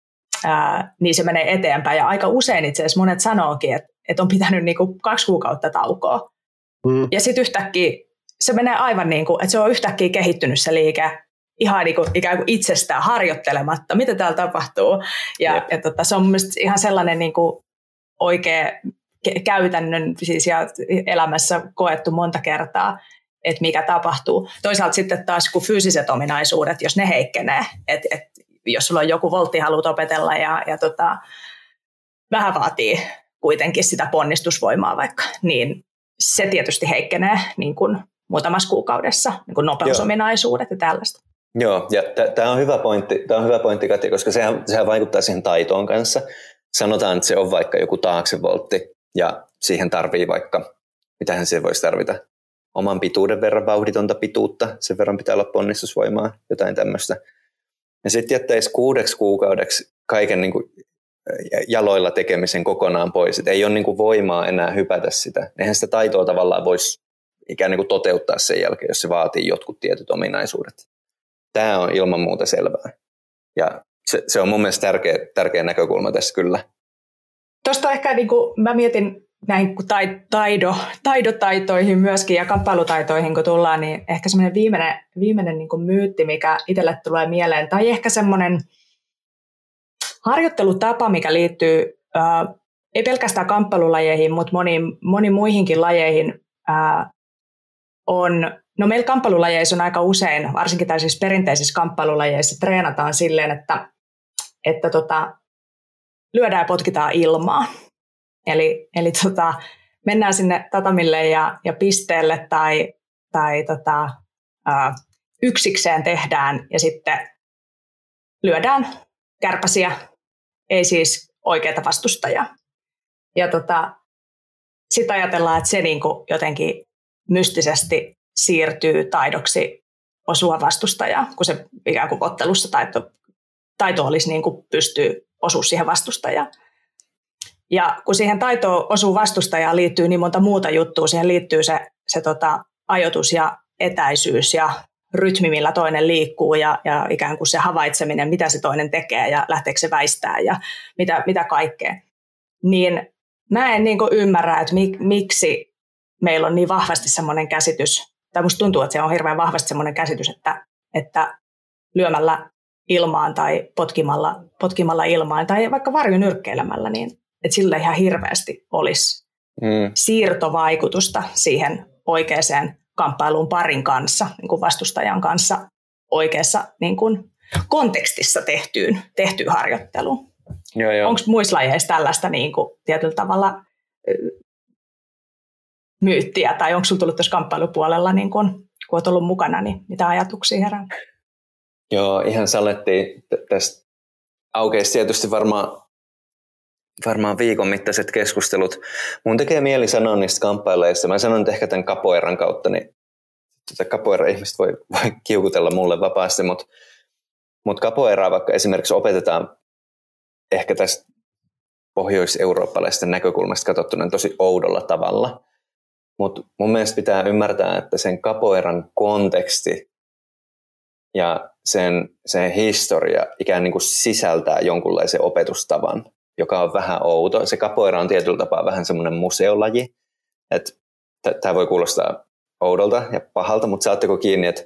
ää, niin se menee eteenpäin. Ja aika usein itse asiassa monet sanookin, että, että on pitänyt niin kuin kaksi kuukautta taukoa. Mm. Ja sitten yhtäkkiä se menee aivan niin kuin, että se on yhtäkkiä kehittynyt se liike ihan niin kuin, ikään kuin itsestään harjoittelematta, mitä täällä tapahtuu. Ja, ja tota, se on mun mielestä ihan sellainen niin kuin oikea käytännön siis ja elämässä koettu monta kertaa, että mikä tapahtuu. Toisaalta sitten taas kun fyysiset ominaisuudet, jos ne heikkenee, että et, jos sulla on joku voltti haluat opetella ja, ja tota, vähän vaatii kuitenkin sitä ponnistusvoimaa vaikka, niin se tietysti heikkenee niin kuin muutamassa kuukaudessa, niin kuin nopeusominaisuudet ja tällaista. Joo, ja tämä on hyvä pointti, tämä on hyvä pointti, Katja, koska sehän, sehän vaikuttaa siihen taitoon kanssa. Sanotaan, että se on vaikka joku taaksevoltti ja siihen tarvii vaikka, mitähän siihen voisi tarvita, oman pituuden verran vauhditonta pituutta, sen verran pitää olla ponnistusvoimaa, jotain tämmöistä. Ja sitten jättäisi kuudeksi kuukaudeksi kaiken niin kuin jaloilla tekemisen kokonaan pois, että ei ole niin kuin voimaa enää hypätä sitä. Eihän sitä taitoa tavallaan voisi ikään niin kuin toteuttaa sen jälkeen, jos se vaatii jotkut tietyt ominaisuudet. Tämä on ilman muuta selvää. Ja se, se on mun mielestä tärkeä, tärkeä näkökulma tässä kyllä. Tuosta ehkä niin kuin mä mietin näihin taido, taidotaitoihin myöskin ja kamppailutaitoihin, kun tullaan, niin ehkä semmoinen viimeinen, viimeinen niin kuin myytti, mikä itselle tulee mieleen, tai ehkä semmoinen harjoittelutapa, mikä liittyy ää, ei pelkästään kamppailulajeihin, mutta moniin, moniin muihinkin lajeihin ää, on, no meillä kamppailulajeissa on aika usein, varsinkin tällaisissa perinteisissä kamppailulajeissa treenataan silleen, että, että tota, lyödään ja potkitaan ilmaa. Eli, eli tota, mennään sinne tatamille ja, ja pisteelle tai, tai tota, ää, yksikseen tehdään ja sitten lyödään kärpäsiä, ei siis oikeata vastustajaa. Ja tota, sitten ajatellaan, että se niinku jotenkin mystisesti siirtyy taidoksi osua vastustajaa, kun se ikään kuin ottelussa taito, taito olisi niin kuin pystyy osua siihen vastustajaan. Ja kun siihen taitoon osuu vastustajaan liittyy niin monta muuta juttua, siihen liittyy se, se tota, ajoitus ja etäisyys ja rytmi, millä toinen liikkuu ja, ja ikään kuin se havaitseminen, mitä se toinen tekee ja lähteekö se väistää ja mitä, mitä kaikkea. Niin mä en niin kuin ymmärrä, että mik, miksi meillä on niin vahvasti semmoinen käsitys, tai musta tuntuu, että se on hirveän vahvasti semmoinen käsitys, että, että lyömällä ilmaan tai potkimalla, potkimalla ilmaan tai vaikka varjonyrkkeilemällä, niin että sillä ihan hirveästi olisi mm. siirtovaikutusta siihen oikeaan kamppailuun parin kanssa, niin kuin vastustajan kanssa oikeassa niin kuin kontekstissa tehtyyn, tehtyyn harjoitteluun. Onko muissa lajeissa tällaista niin kuin, tietyllä tavalla myyttiä, tai onko sinulla tullut tuossa kamppailupuolella, niin kun, kun olet ollut mukana, niin mitä ajatuksia herää? Joo, ihan salettiin. Tästä aukeisi tietysti varmaan, varmaan viikon mittaiset keskustelut. Mun tekee mieli sanoa niistä kamppaileista. Mä sanon ehkä tämän capoeiran kautta, niin tätä capoeira-ihmiset voi, voi kiukutella mulle vapaasti, mutta mut capoeiraa vaikka esimerkiksi opetetaan ehkä tästä pohjois-eurooppalaisten näkökulmasta katsottuna tosi oudolla tavalla. Mutta mun mielestä pitää ymmärtää, että sen capoeiran konteksti ja sen, sen historia ikään niin kuin sisältää jonkunlaisen opetustavan, joka on vähän outo. Se capoeira on tietyllä tapaa vähän semmoinen museolaji. Tämä voi kuulostaa oudolta ja pahalta, mutta saatteko kiinni, että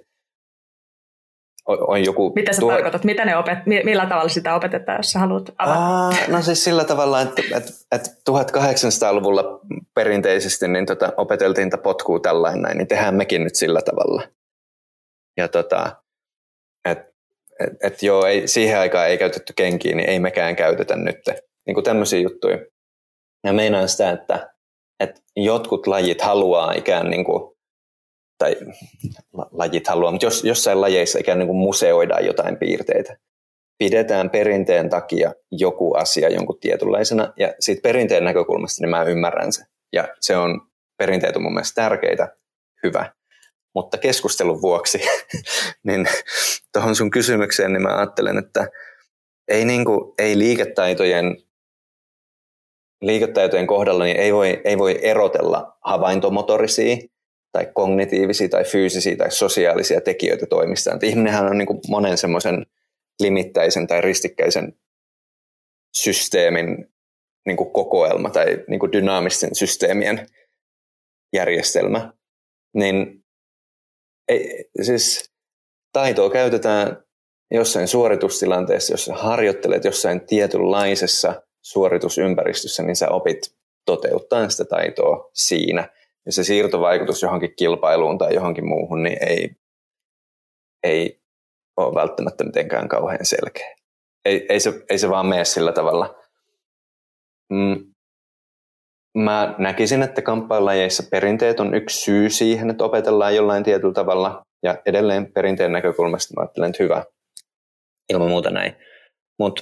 on joku... Mitä sä tuo... tarkoitat? Mitä ne opet... Millä tavalla sitä opetetaan, jos sä haluat avata? Aa, no siis sillä tavalla, että, että, että tuhatkahdeksansataaluvulla perinteisesti niin tota, opeteltiin tätä potkua tällainen näin, niin tehdään mekin nyt sillä tavalla. Ja tota, että et, et joo, ei, siihen aikaan ei käytetty kenkiä, niin ei mekään käytetä nyt. Niin kuin tämmöisiä juttuja. Ja meinaan sitä, että, että jotkut lajit haluaa ikään niin kuin tai lajit haluaa, mutta jos, jossain lajeissa ikään niin kuin museoidaan jotain piirteitä. Pidetään perinteen takia joku asia jonkun tietynlaisena, ja siitä perinteen näkökulmasta niin mä ymmärrän se. Ja se on, perinteet on mun mielestä tärkeitä, hyvä. Mutta keskustelun vuoksi, niin tuohon sun kysymykseen, niin mä ajattelen, että ei, niin kuin, ei liiketaitojen, liiketaitojen kohdalla niin ei voi, ei voi erotella havaintomotorisia, tai kognitiivisia tai fyysisiä tai sosiaalisia tekijöitä toimistaan. Ihminenhän on niin kuin monen semmoisen limittäisen tai ristikkäisen systeemin niin kuin kokoelma tai niin kuin dynaamisten systeemien järjestelmä. Niin ei, siis taitoa käytetään jossain suoritustilanteessa, jos harjoittelet jossain tietynlaisessa suoritusympäristössä, niin sä opit toteuttaa sitä taitoa siinä. Ja se siirtovaikutus johonkin kilpailuun tai johonkin muuhun, niin ei, ei ole välttämättä mitenkään kauhean selkeä. Ei, ei, se, ei se vaan mene sillä tavalla. Mm. Mä näkisin, että kamppailulajeissa perinteet on yksi syy siihen, että opetellaan jollain tietyllä tavalla. Ja edelleen perinteen näkökulmasta mä ajattelen, että hyvä. Ilman muuta näin. Mut,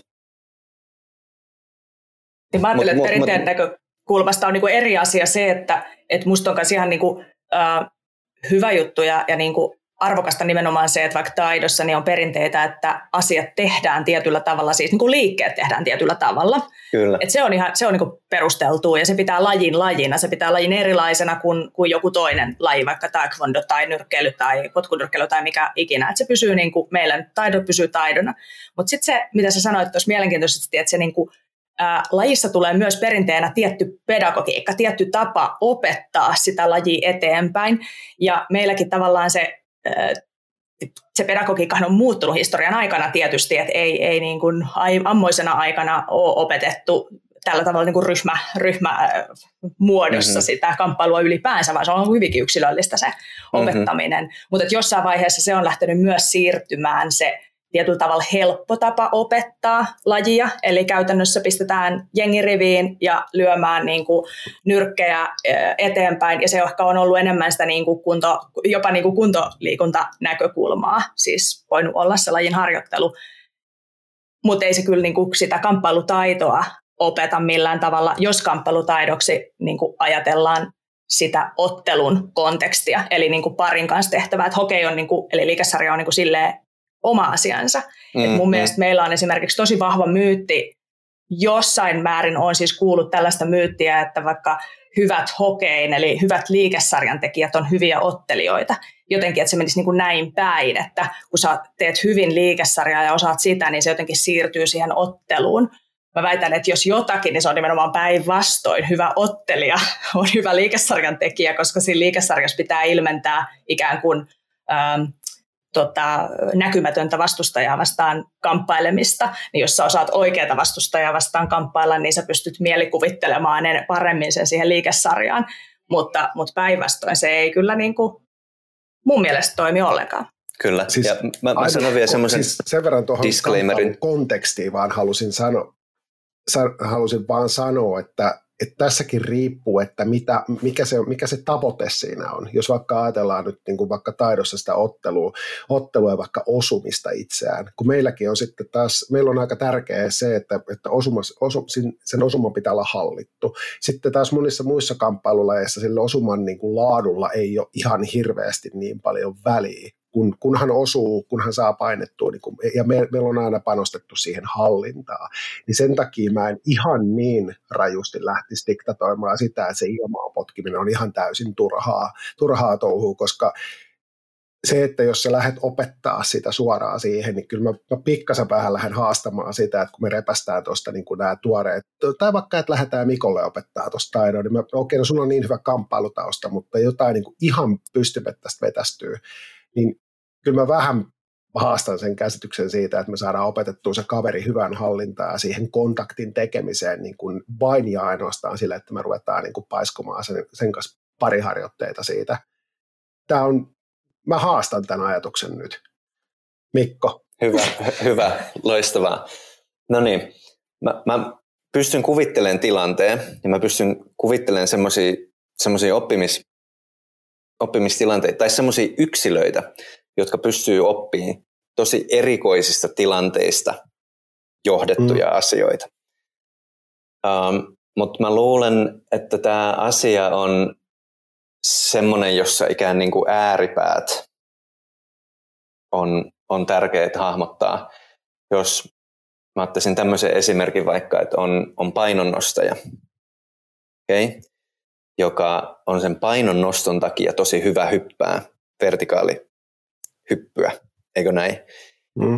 niin mä ajattelen, mut, että perinteen mut, näkökulmasta on niinku eri asia se, että et musta on myös ihan niinku, äh, hyvä juttu ja, ja niinku arvokasta nimenomaan se, että vaikka taidossa niin on perinteitä, että asiat tehdään tietyllä tavalla, siis niinku liikkeet tehdään tietyllä tavalla. Kyllä. Et se on, ihan, se on niinku perusteltua ja se pitää lajin lajina, se pitää lajin erilaisena kuin, kuin joku toinen laji, vaikka taekwondo tai nyrkkeily tai potkunyrkkeily tai mikä ikinä. Et se pysyy niinku, meillä taidot pysyy taidona. Mutta sitten se, mitä sä sanoit tuossa mielenkiintoisesti, että se niinku, Ää, lajissa tulee myös perinteenä tietty pedagogiikka, tietty tapa opettaa sitä lajia eteenpäin. Ja meilläkin tavallaan se, ää, se pedagogiikka on muuttunut historian aikana tietysti, että ei, ei niin kuin ammoisena aikana ole opetettu tällä tavalla niin kuin ryhmä, ryhmämuodossa mm-hmm. sitä kamppailua ylipäänsä, vaan se on hyvinkin yksilöllistä se opettaminen. Mm-hmm. Mutta jossain vaiheessa se on lähtenyt myös siirtymään se tietyllä tavalla helppo tapa opettaa lajia, eli käytännössä pistetään jengiriviin ja lyömään niin kuin nyrkkejä eteenpäin, ja se ehkä on ollut enemmän sitä niin kuin kunto, jopa niin kuin kuntoliikuntanäkökulmaa, siis voinut olla se lajin harjoittelu, mutta ei se kyllä niin kuin sitä kamppailutaitoa opeta millään tavalla, jos kamppailutaidoksi niin kuin ajatellaan sitä ottelun kontekstia, eli niin kuin parin kanssa tehtävää, että hokei on, niin kuin, eli liikesarja on niin kuin silleen oma asiansa. Mm, Et mun mm. mielestä meillä on esimerkiksi tosi vahva myytti jossain määrin on siis kuullut tällaista myyttiä, että vaikka hyvät hokein, eli hyvät liikesarjan tekijät on hyviä ottelijoita. Jotenkin, että se menisi niin kuin näin päin, että kun sä teet hyvin liikesarjaa ja osaat sitä, niin se jotenkin siirtyy siihen otteluun. Mä väitän, että jos jotakin, niin se on nimenomaan päinvastoin. Hyvä ottelija on hyvä liikesarjan tekijä, koska siinä liikesarjassa pitää ilmentää ikään kuin ähm, tota, näkymätöntä vastustajaa vastaan kamppailemista. Niin jos sä osaat oikeata vastustajaa vastaan kamppailla, niin sä pystyt mielikuvittelemaan ne paremmin sen siihen liikesarjaan. Mutta, mutta päinvastoin se ei kyllä niin kuin mun mielestä toimi ollenkaan. Kyllä. Siis, ja mä, mä sanon vielä semmoisen siis sen verran tuohon disclaimerin kontekstiin vaan halusin sanoa, halusin vaan sanoa, että, että tässäkin riippuu, että mitä, mikä, se, mikä se tavoite siinä on. Jos vaikka ajatellaan nyt niin kuin vaikka taidossa sitä ottelua, ottelua ja vaikka osumista itseään, kun meilläkin on sitten taas, meillä on aika tärkeää se, että, että osumas, osu, sen osuman pitää olla hallittu. Sitten taas monissa muissa kamppailulajeissa sillä osuman niin kuin laadulla ei ole ihan hirveästi niin paljon väliä. Kun, kunhan osuu, kunhan saa painettua, niin kun, ja me, meillä on aina panostettu siihen hallintaan, niin sen takia mä en ihan niin rajusti lähtisi diktatoimaan sitä, että se ilmaan potkiminen on ihan täysin turhaa, turhaa touhua, koska se, että jos sä lähdet opettaa sitä suoraan siihen, niin kyllä mä, mä pikkasen vähän lähden haastamaan sitä, että kun me repästään tuosta niin nämä tuoreet, tai vaikka että lähdetään Mikolle opettaa tuosta taidon, niin okei, okay, no sulla on niin hyvä kamppailutausta, mutta jotain niin kuin ihan pystymettästä vetästyy, niin kyllä mä vähän haastan sen käsityksen siitä, että me saadaan opetettua se kaveri hyvän hallintaan siihen kontaktin tekemiseen niin kuin vain ja ainoastaan sille, että me ruvetaan niin kuin paiskomaan sen, sen kanssa pariharjoitteita siitä. Tämä on, mä haastan tämän ajatuksen nyt. Mikko. Hyvä, hyvä, loistavaa. No niin, mä, mä pystyn kuvittelemaan tilanteen ja mä pystyn kuvittelemaan semmoisia oppimis, oppimistilanteita tai semmoisia yksilöitä, jotka pystyy oppimaan tosi erikoisista tilanteista johdettuja mm. asioita. Um, mutta mä luulen, että tämä asia on semmoinen, jossa ikään niin kuin ääripäät on, on tärkeää hahmottaa. Jos mä ottaisin tämmöisen esimerkin vaikka, että on, on painonnostaja, okay? Joka on sen painonnoston takia tosi hyvä hyppää vertikaali hyppyä, eikö näin? Mm.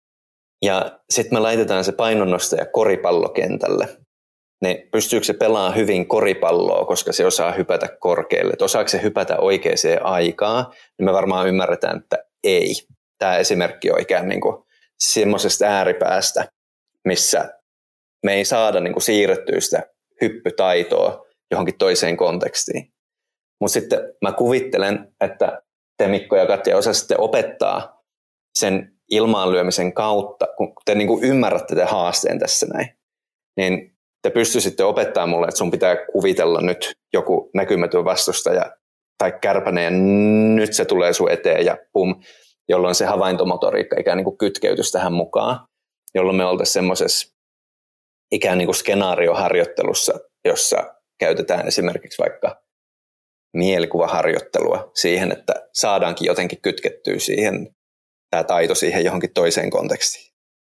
Ja sitten me laitetaan se painonnostaja koripallokentälle. Ne pystyykö se pelaamaan hyvin koripalloa, koska se osaa hypätä korkealle. Et osaako se hypätä oikeaan aikaan, niin me varmaan ymmärretään, että ei. Tämä esimerkki on ikään niin kuin semmoisesta ääripäästä, missä me ei saada niin kuin siirrettyä sitä hyppytaitoa johonkin toiseen kontekstiin. Mutta sitten mä kuvittelen, että te Mikko ja Katja osasitte opettaa sen ilmaanlyömisen kautta, kun te niin kuin ymmärrätte te haasteen tässä näin, niin te pystyisitte opettamaan mulle, että sun pitää kuvitella nyt joku näkymätön vastustaja tai kärpäne ja nyt se tulee sun eteen ja pum, jolloin se havaintomotoriikka ikään niin kuin kytkeytyisi tähän mukaan, jolloin me oltaisiin semmoisessa ikään niin kuin skenaarioharjoittelussa, jossa käytetään esimerkiksi vaikka mielikuvaharjoittelua siihen, että saadaankin jotenkin kytkettyä siihen, tämä taito siihen johonkin toiseen kontekstiin.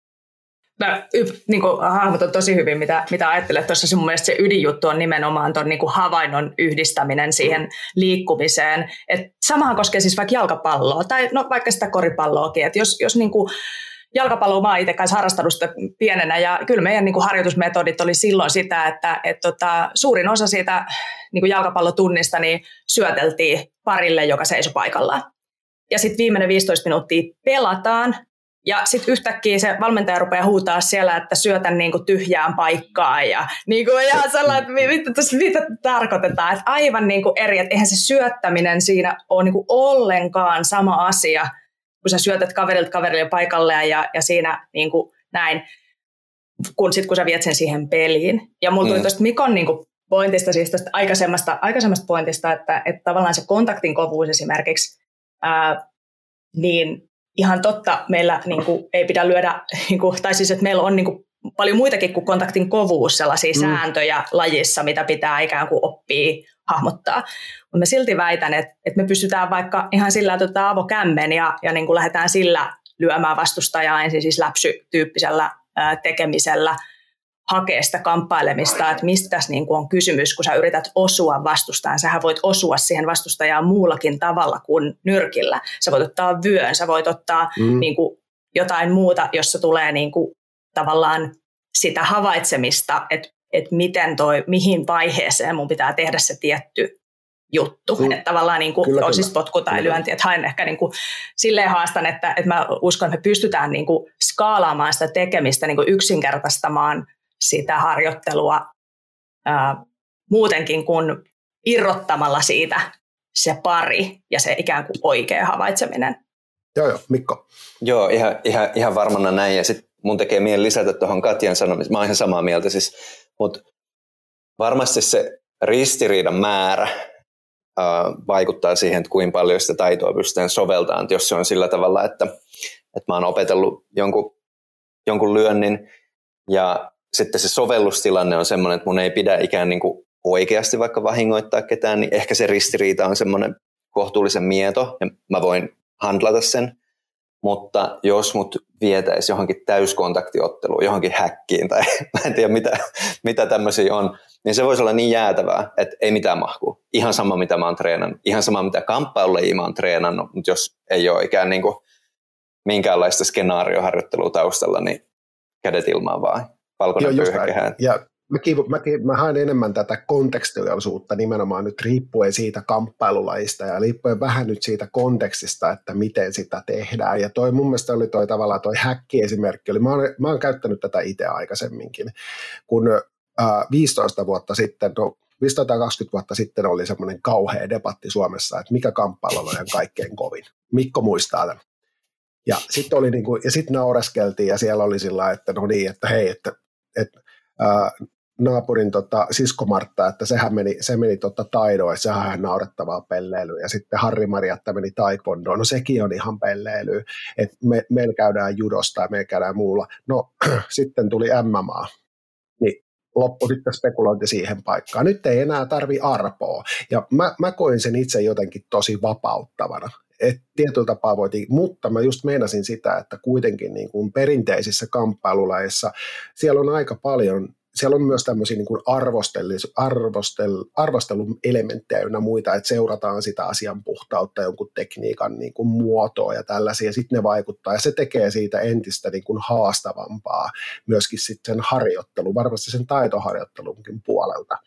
Mä niin kuin, hahmotan tosi hyvin, mitä, mitä ajattelet. Tuossa se mun mielestä se ydinjuttu on nimenomaan tuon niin kuin havainnon yhdistäminen siihen liikkumiseen. Et samahan koskee siis vaikka jalkapalloa tai no, vaikka sitä koripalloakin. Et jos jos niin kuin jalkapalloa mä oon itse kanssa harrastanut sitä pienenä ja kyllä meidän niin kuin harjoitusmetodit oli silloin sitä, että et, tota, suurin osa siitä niin kuin jalkapallotunnista niin syöteltiin parille, joka seisoi paikallaan. Ja sitten viimeinen viisitoista minuuttia pelataan. Ja sitten yhtäkkiä se valmentaja rupeaa huutaa siellä, että syötän niinku tyhjään paikkaan. Ja niinku ihan sellainen, että mitä, tässä, mitä tarkoitetaan. Että aivan niinku eri, että eihän se syöttäminen siinä ole niinku ollenkaan sama asia, kun sä syötät kaverilta kaverille paikalle ja, ja siinä niinku näin, kun sitten kun sä viet sen siihen peliin. Ja mulla tuli mm. tuosta Mikon niinku pointista, siis tästä aikaisemmasta, aikaisemmasta pointista, että, että tavallaan se kontaktin kovuus esimerkiksi, ää, niin ihan totta, meillä niin kuin, ei pidä lyödä, niin kuin, tai siis että meillä on niin kuin, paljon muitakin kuin kontaktin kovuus, sellaisia mm. sääntöjä lajissa, mitä pitää ikään kuin oppia hahmottaa. Mutta mä silti väitän, että, että me pystytään vaikka ihan sillä tota, avokämmen ja, ja niin kuin lähdetään sillä lyömään vastustajaa ensin siis läpsytyyppisellä ää, tekemisellä hakea sitä kamppailemista, että mistä tässä niin kuin on kysymys, kun sä yrität osua vastustaan. Sähän voit osua siihen vastustajaan muullakin tavalla kuin nyrkillä. Sä voit ottaa vyön, sä voit ottaa mm. niin kuin jotain muuta, jossa tulee niin kuin tavallaan sitä havaitsemista, että, että miten toi, mihin vaiheeseen mun pitää tehdä se tietty juttu. Mm. Että tavallaan niin kuin, kyllä, on kyllä. siis potku tai kyllä. lyönti, että haen ehkä niin kuin, silleen haastan, että, että mä uskon, että me pystytään niin kuin skaalaamaan sitä tekemistä, niin kuin yksinkertaistamaan sitä harjoittelua ää, muutenkin kuin irrottamalla siitä se pari ja se ikään kuin oikea havaitseminen. Joo, joo, Mikko. Joo, ihan, ihan, ihan varmana näin. Ja sitten mun tekee mieli lisätä tuohon Katjan sanomiseen. Mä oon ihan samaa mieltä siis, mutta varmasti se ristiriidan määrä ää, vaikuttaa siihen, että kuinka paljon sitä taitoa pystytään soveltamaan. Jos se on sillä tavalla, että, että mä oon opetellut jonkun, jonkun lyönnin ja sitten se sovellustilanne on semmoinen, että mun ei pidä ikään niin kuin oikeasti vaikka vahingoittaa ketään, niin ehkä se ristiriita on semmoinen kohtuullisen mieto ja mä voin handlata sen. Mutta jos mut vietäisi johonkin täyskontaktiotteluun, johonkin häkkiin tai mä en tiedä mitä, mitä tämmöisiä on, niin se voisi olla niin jäätävää, että ei mitään mahkuu. Ihan sama mitä mä oon treenannut, ihan sama mitä kamppailulajia mä oon treenannut, mutta jos ei ole ikään niin kuin minkäänlaista skenaarioharjoittelua taustalla, niin kädet ilmaan vaan. Valkoinen pyyhäkehään. Ja mäkin, mäkin, mä haen enemmän tätä kontekstuaalisuutta nimenomaan nyt riippuen siitä kamppailulajista ja riippuen vähän nyt siitä kontekstista, että miten sitä tehdään. Ja toi mun mielestä oli toi tavallaan toi häkki-esimerkki. Oli, mä, oon, mä oon käyttänyt tätä itse aikaisemminkin, kun äh, viisitoista vuotta sitten, no viisitoista tai kaksikymmentä vuotta sitten oli semmoinen kauhea debatti Suomessa, että mikä kamppailulaji on kaikkein kovin. Mikko muistaa tämän. Ja sitten oli niinku, ja sitten naureskeltiin ja siellä oli sillä, että no niin, että hei, että, että ää, naapurin tota, sisko Martta, että sehän meni, se meni tota taidoon, että sehän on ihan naurettavaa pelleilyä. Ja sitten Harri Mariatta meni taekwondoon, no sekin on ihan pelleilyä, että me, meillä käydään judosta ja meillä käydään muulla. No sitten tuli M M A, niin loppui sitten spekulointi siihen paikkaan. Nyt ei enää tarvi arpoa. Ja mä, mä koin sen itse jotenkin tosi vapauttavana. Et tietyllä tapaa voitiin, mutta mä just meinasin sitä, että kuitenkin niin kuin perinteisissä kamppailulajeissa siellä on aika paljon, siellä on myös tämmöisiä niin kuin arvostel, arvostelun elementtejä ynnä muita, että seurataan sitä asian puhtautta, jonkun tekniikan niin kuin muotoa ja tällaisia, sitten ne vaikuttaa ja se tekee siitä entistä niin kuin haastavampaa myöskin sitten sen harjoittelun, varmasti sen taitoharjoittelunkin puolelta.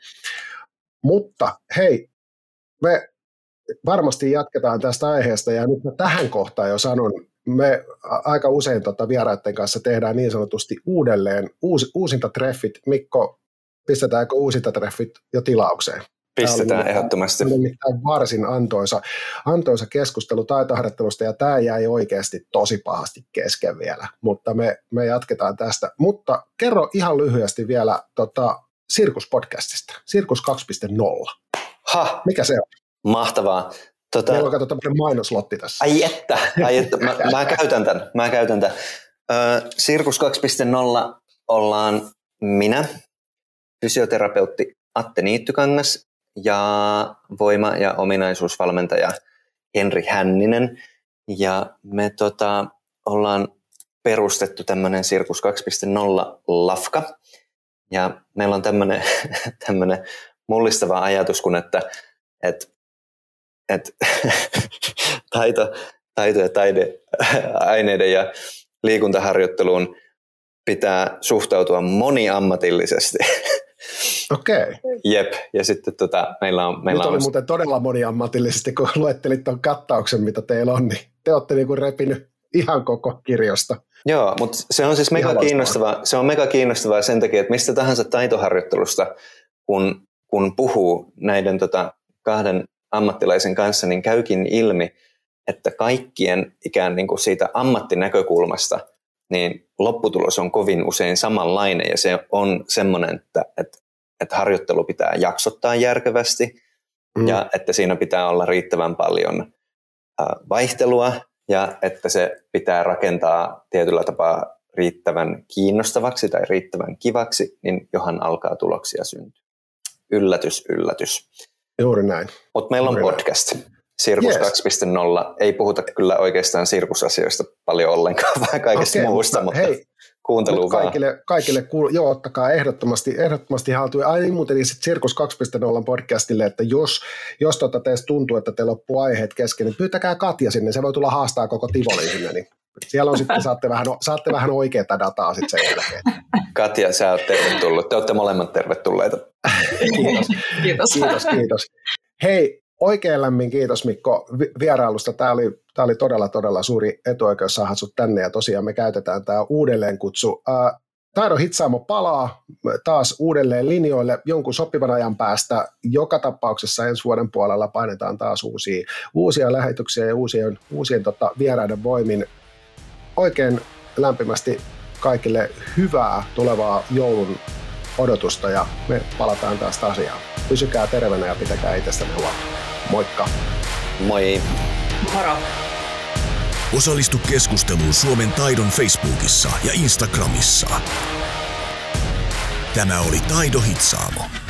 Mutta hei, me varmasti jatketaan tästä aiheesta ja nyt mä tähän kohtaan jo sanon, me aika usein tota vieraiden kanssa tehdään niin sanotusti uudelleen uus, uusintatreffit. Mikko, pistetäänkö uusintatreffit jo tilaukseen? Pistetään ehdottomasti. Tämä on nimittäin varsin antoisa, antoisa keskustelu taitoharjoittelusta ja tämä jäi oikeasti tosi pahasti kesken vielä, mutta me, me jatketaan tästä. Mutta kerro ihan lyhyesti vielä tota, Sirkus-podcastista, Sirkus kaksi piste nolla. Ha. Mikä se on? Mahtavaa. Tota... Meillä on kato tämmöinen mainoslotti tässä. Ai että, ai että. Mä, mä käytän tämän. Mä käytän tämän. Ö, Sirkus kaksi piste nolla ollaan minä, fysioterapeutti Atte Niittykangas ja voima- ja ominaisuusvalmentaja Henri Hänninen. Ja me tota, ollaan perustettu tämmöinen Sirkus kaksi piste nolla lafka. Ja meillä on tämmöinen, tämmöinen mullistava ajatus, kun että, että että taito, taito ja taideaineiden ja liikuntaharjoitteluun pitää suhtautua moniammatillisesti. Okei. Okay. Jep, ja sitten tota, meillä on... Meillä Nyt oli on... muuten todella moniammatillisesti, kun luettelit tuon kattauksen, mitä teillä on, niin te olette niinku repinyt ihan koko kirjosta. Joo, mutta se on siis mega kiinnostavaa, se on mega kiinnostavaa sen takia, että mistä tahansa taitoharjoittelusta, kun, kun puhuu näiden tota, kahden ammattilaisen kanssa, niin käykin ilmi, että kaikkien ikään niin kuin siitä ammattinäkökulmasta niin lopputulos on kovin usein samanlainen ja se on semmoinen, että, että, että harjoittelu pitää jaksottaa järkevästi mm. ja että siinä pitää olla riittävän paljon vaihtelua ja että se pitää rakentaa tietyllä tapaa riittävän kiinnostavaksi tai riittävän kivaksi, niin johan alkaa tuloksia syntyä. Yllätys, yllätys. Juuri näin. Mutta meillä on Juuri podcast, Sirkus yes. kaksi piste nolla. Ei puhuta kyllä oikeastaan sirkusasioista paljon ollenkaan, vaan kaikesta okay, muusta. Mutta, mutta... Hei, Kuuntelua vaan. Kaikille, kaikille kuul- joo, ottakaa ehdottomasti, ehdottomasti haltuun. Ai muuten niin sitten Sirkus kaksi piste nolla podcastille, että jos, jos tota teistä tuntuu, että teillä loppuu aiheet kesken, niin pyytäkää Katja sinne, se voi tulla haastaa koko Tivolin sinne, niin siellä on sitten, saatte vähän, saatte vähän oikeaa dataa sitten sen jälkeen. Katja, sä oot tervetullut. Te olette molemmat tervetulleita. Kiitos. Kiitos. Kiitos, kiitos. Hei, oikein lämmin kiitos Mikko vierailusta. Tämä oli, tämä oli todella, todella suuri etuoikeus saada sut tänne ja tosiaan me käytetään tämä uudelleenkutsu. Ää, Taidon hitsaamo palaa taas uudelleen linjoille jonkun sopivan ajan päästä. Joka tapauksessa ensi vuoden puolella painetaan taas uusia, uusia lähetyksiä ja uusien, uusien tota, vieraiden voimin. Oikein lämpimästi kaikille hyvää tulevaa joulun odotusta ja me palataan taas asiaan. Pysykää terveenä ja pitäkää itsestänne huolta. Moikka! Moi! Moro! Osallistu keskusteluun Suomen Taidon Facebookissa ja Instagramissa. Tämä oli Taido Hitsaamo.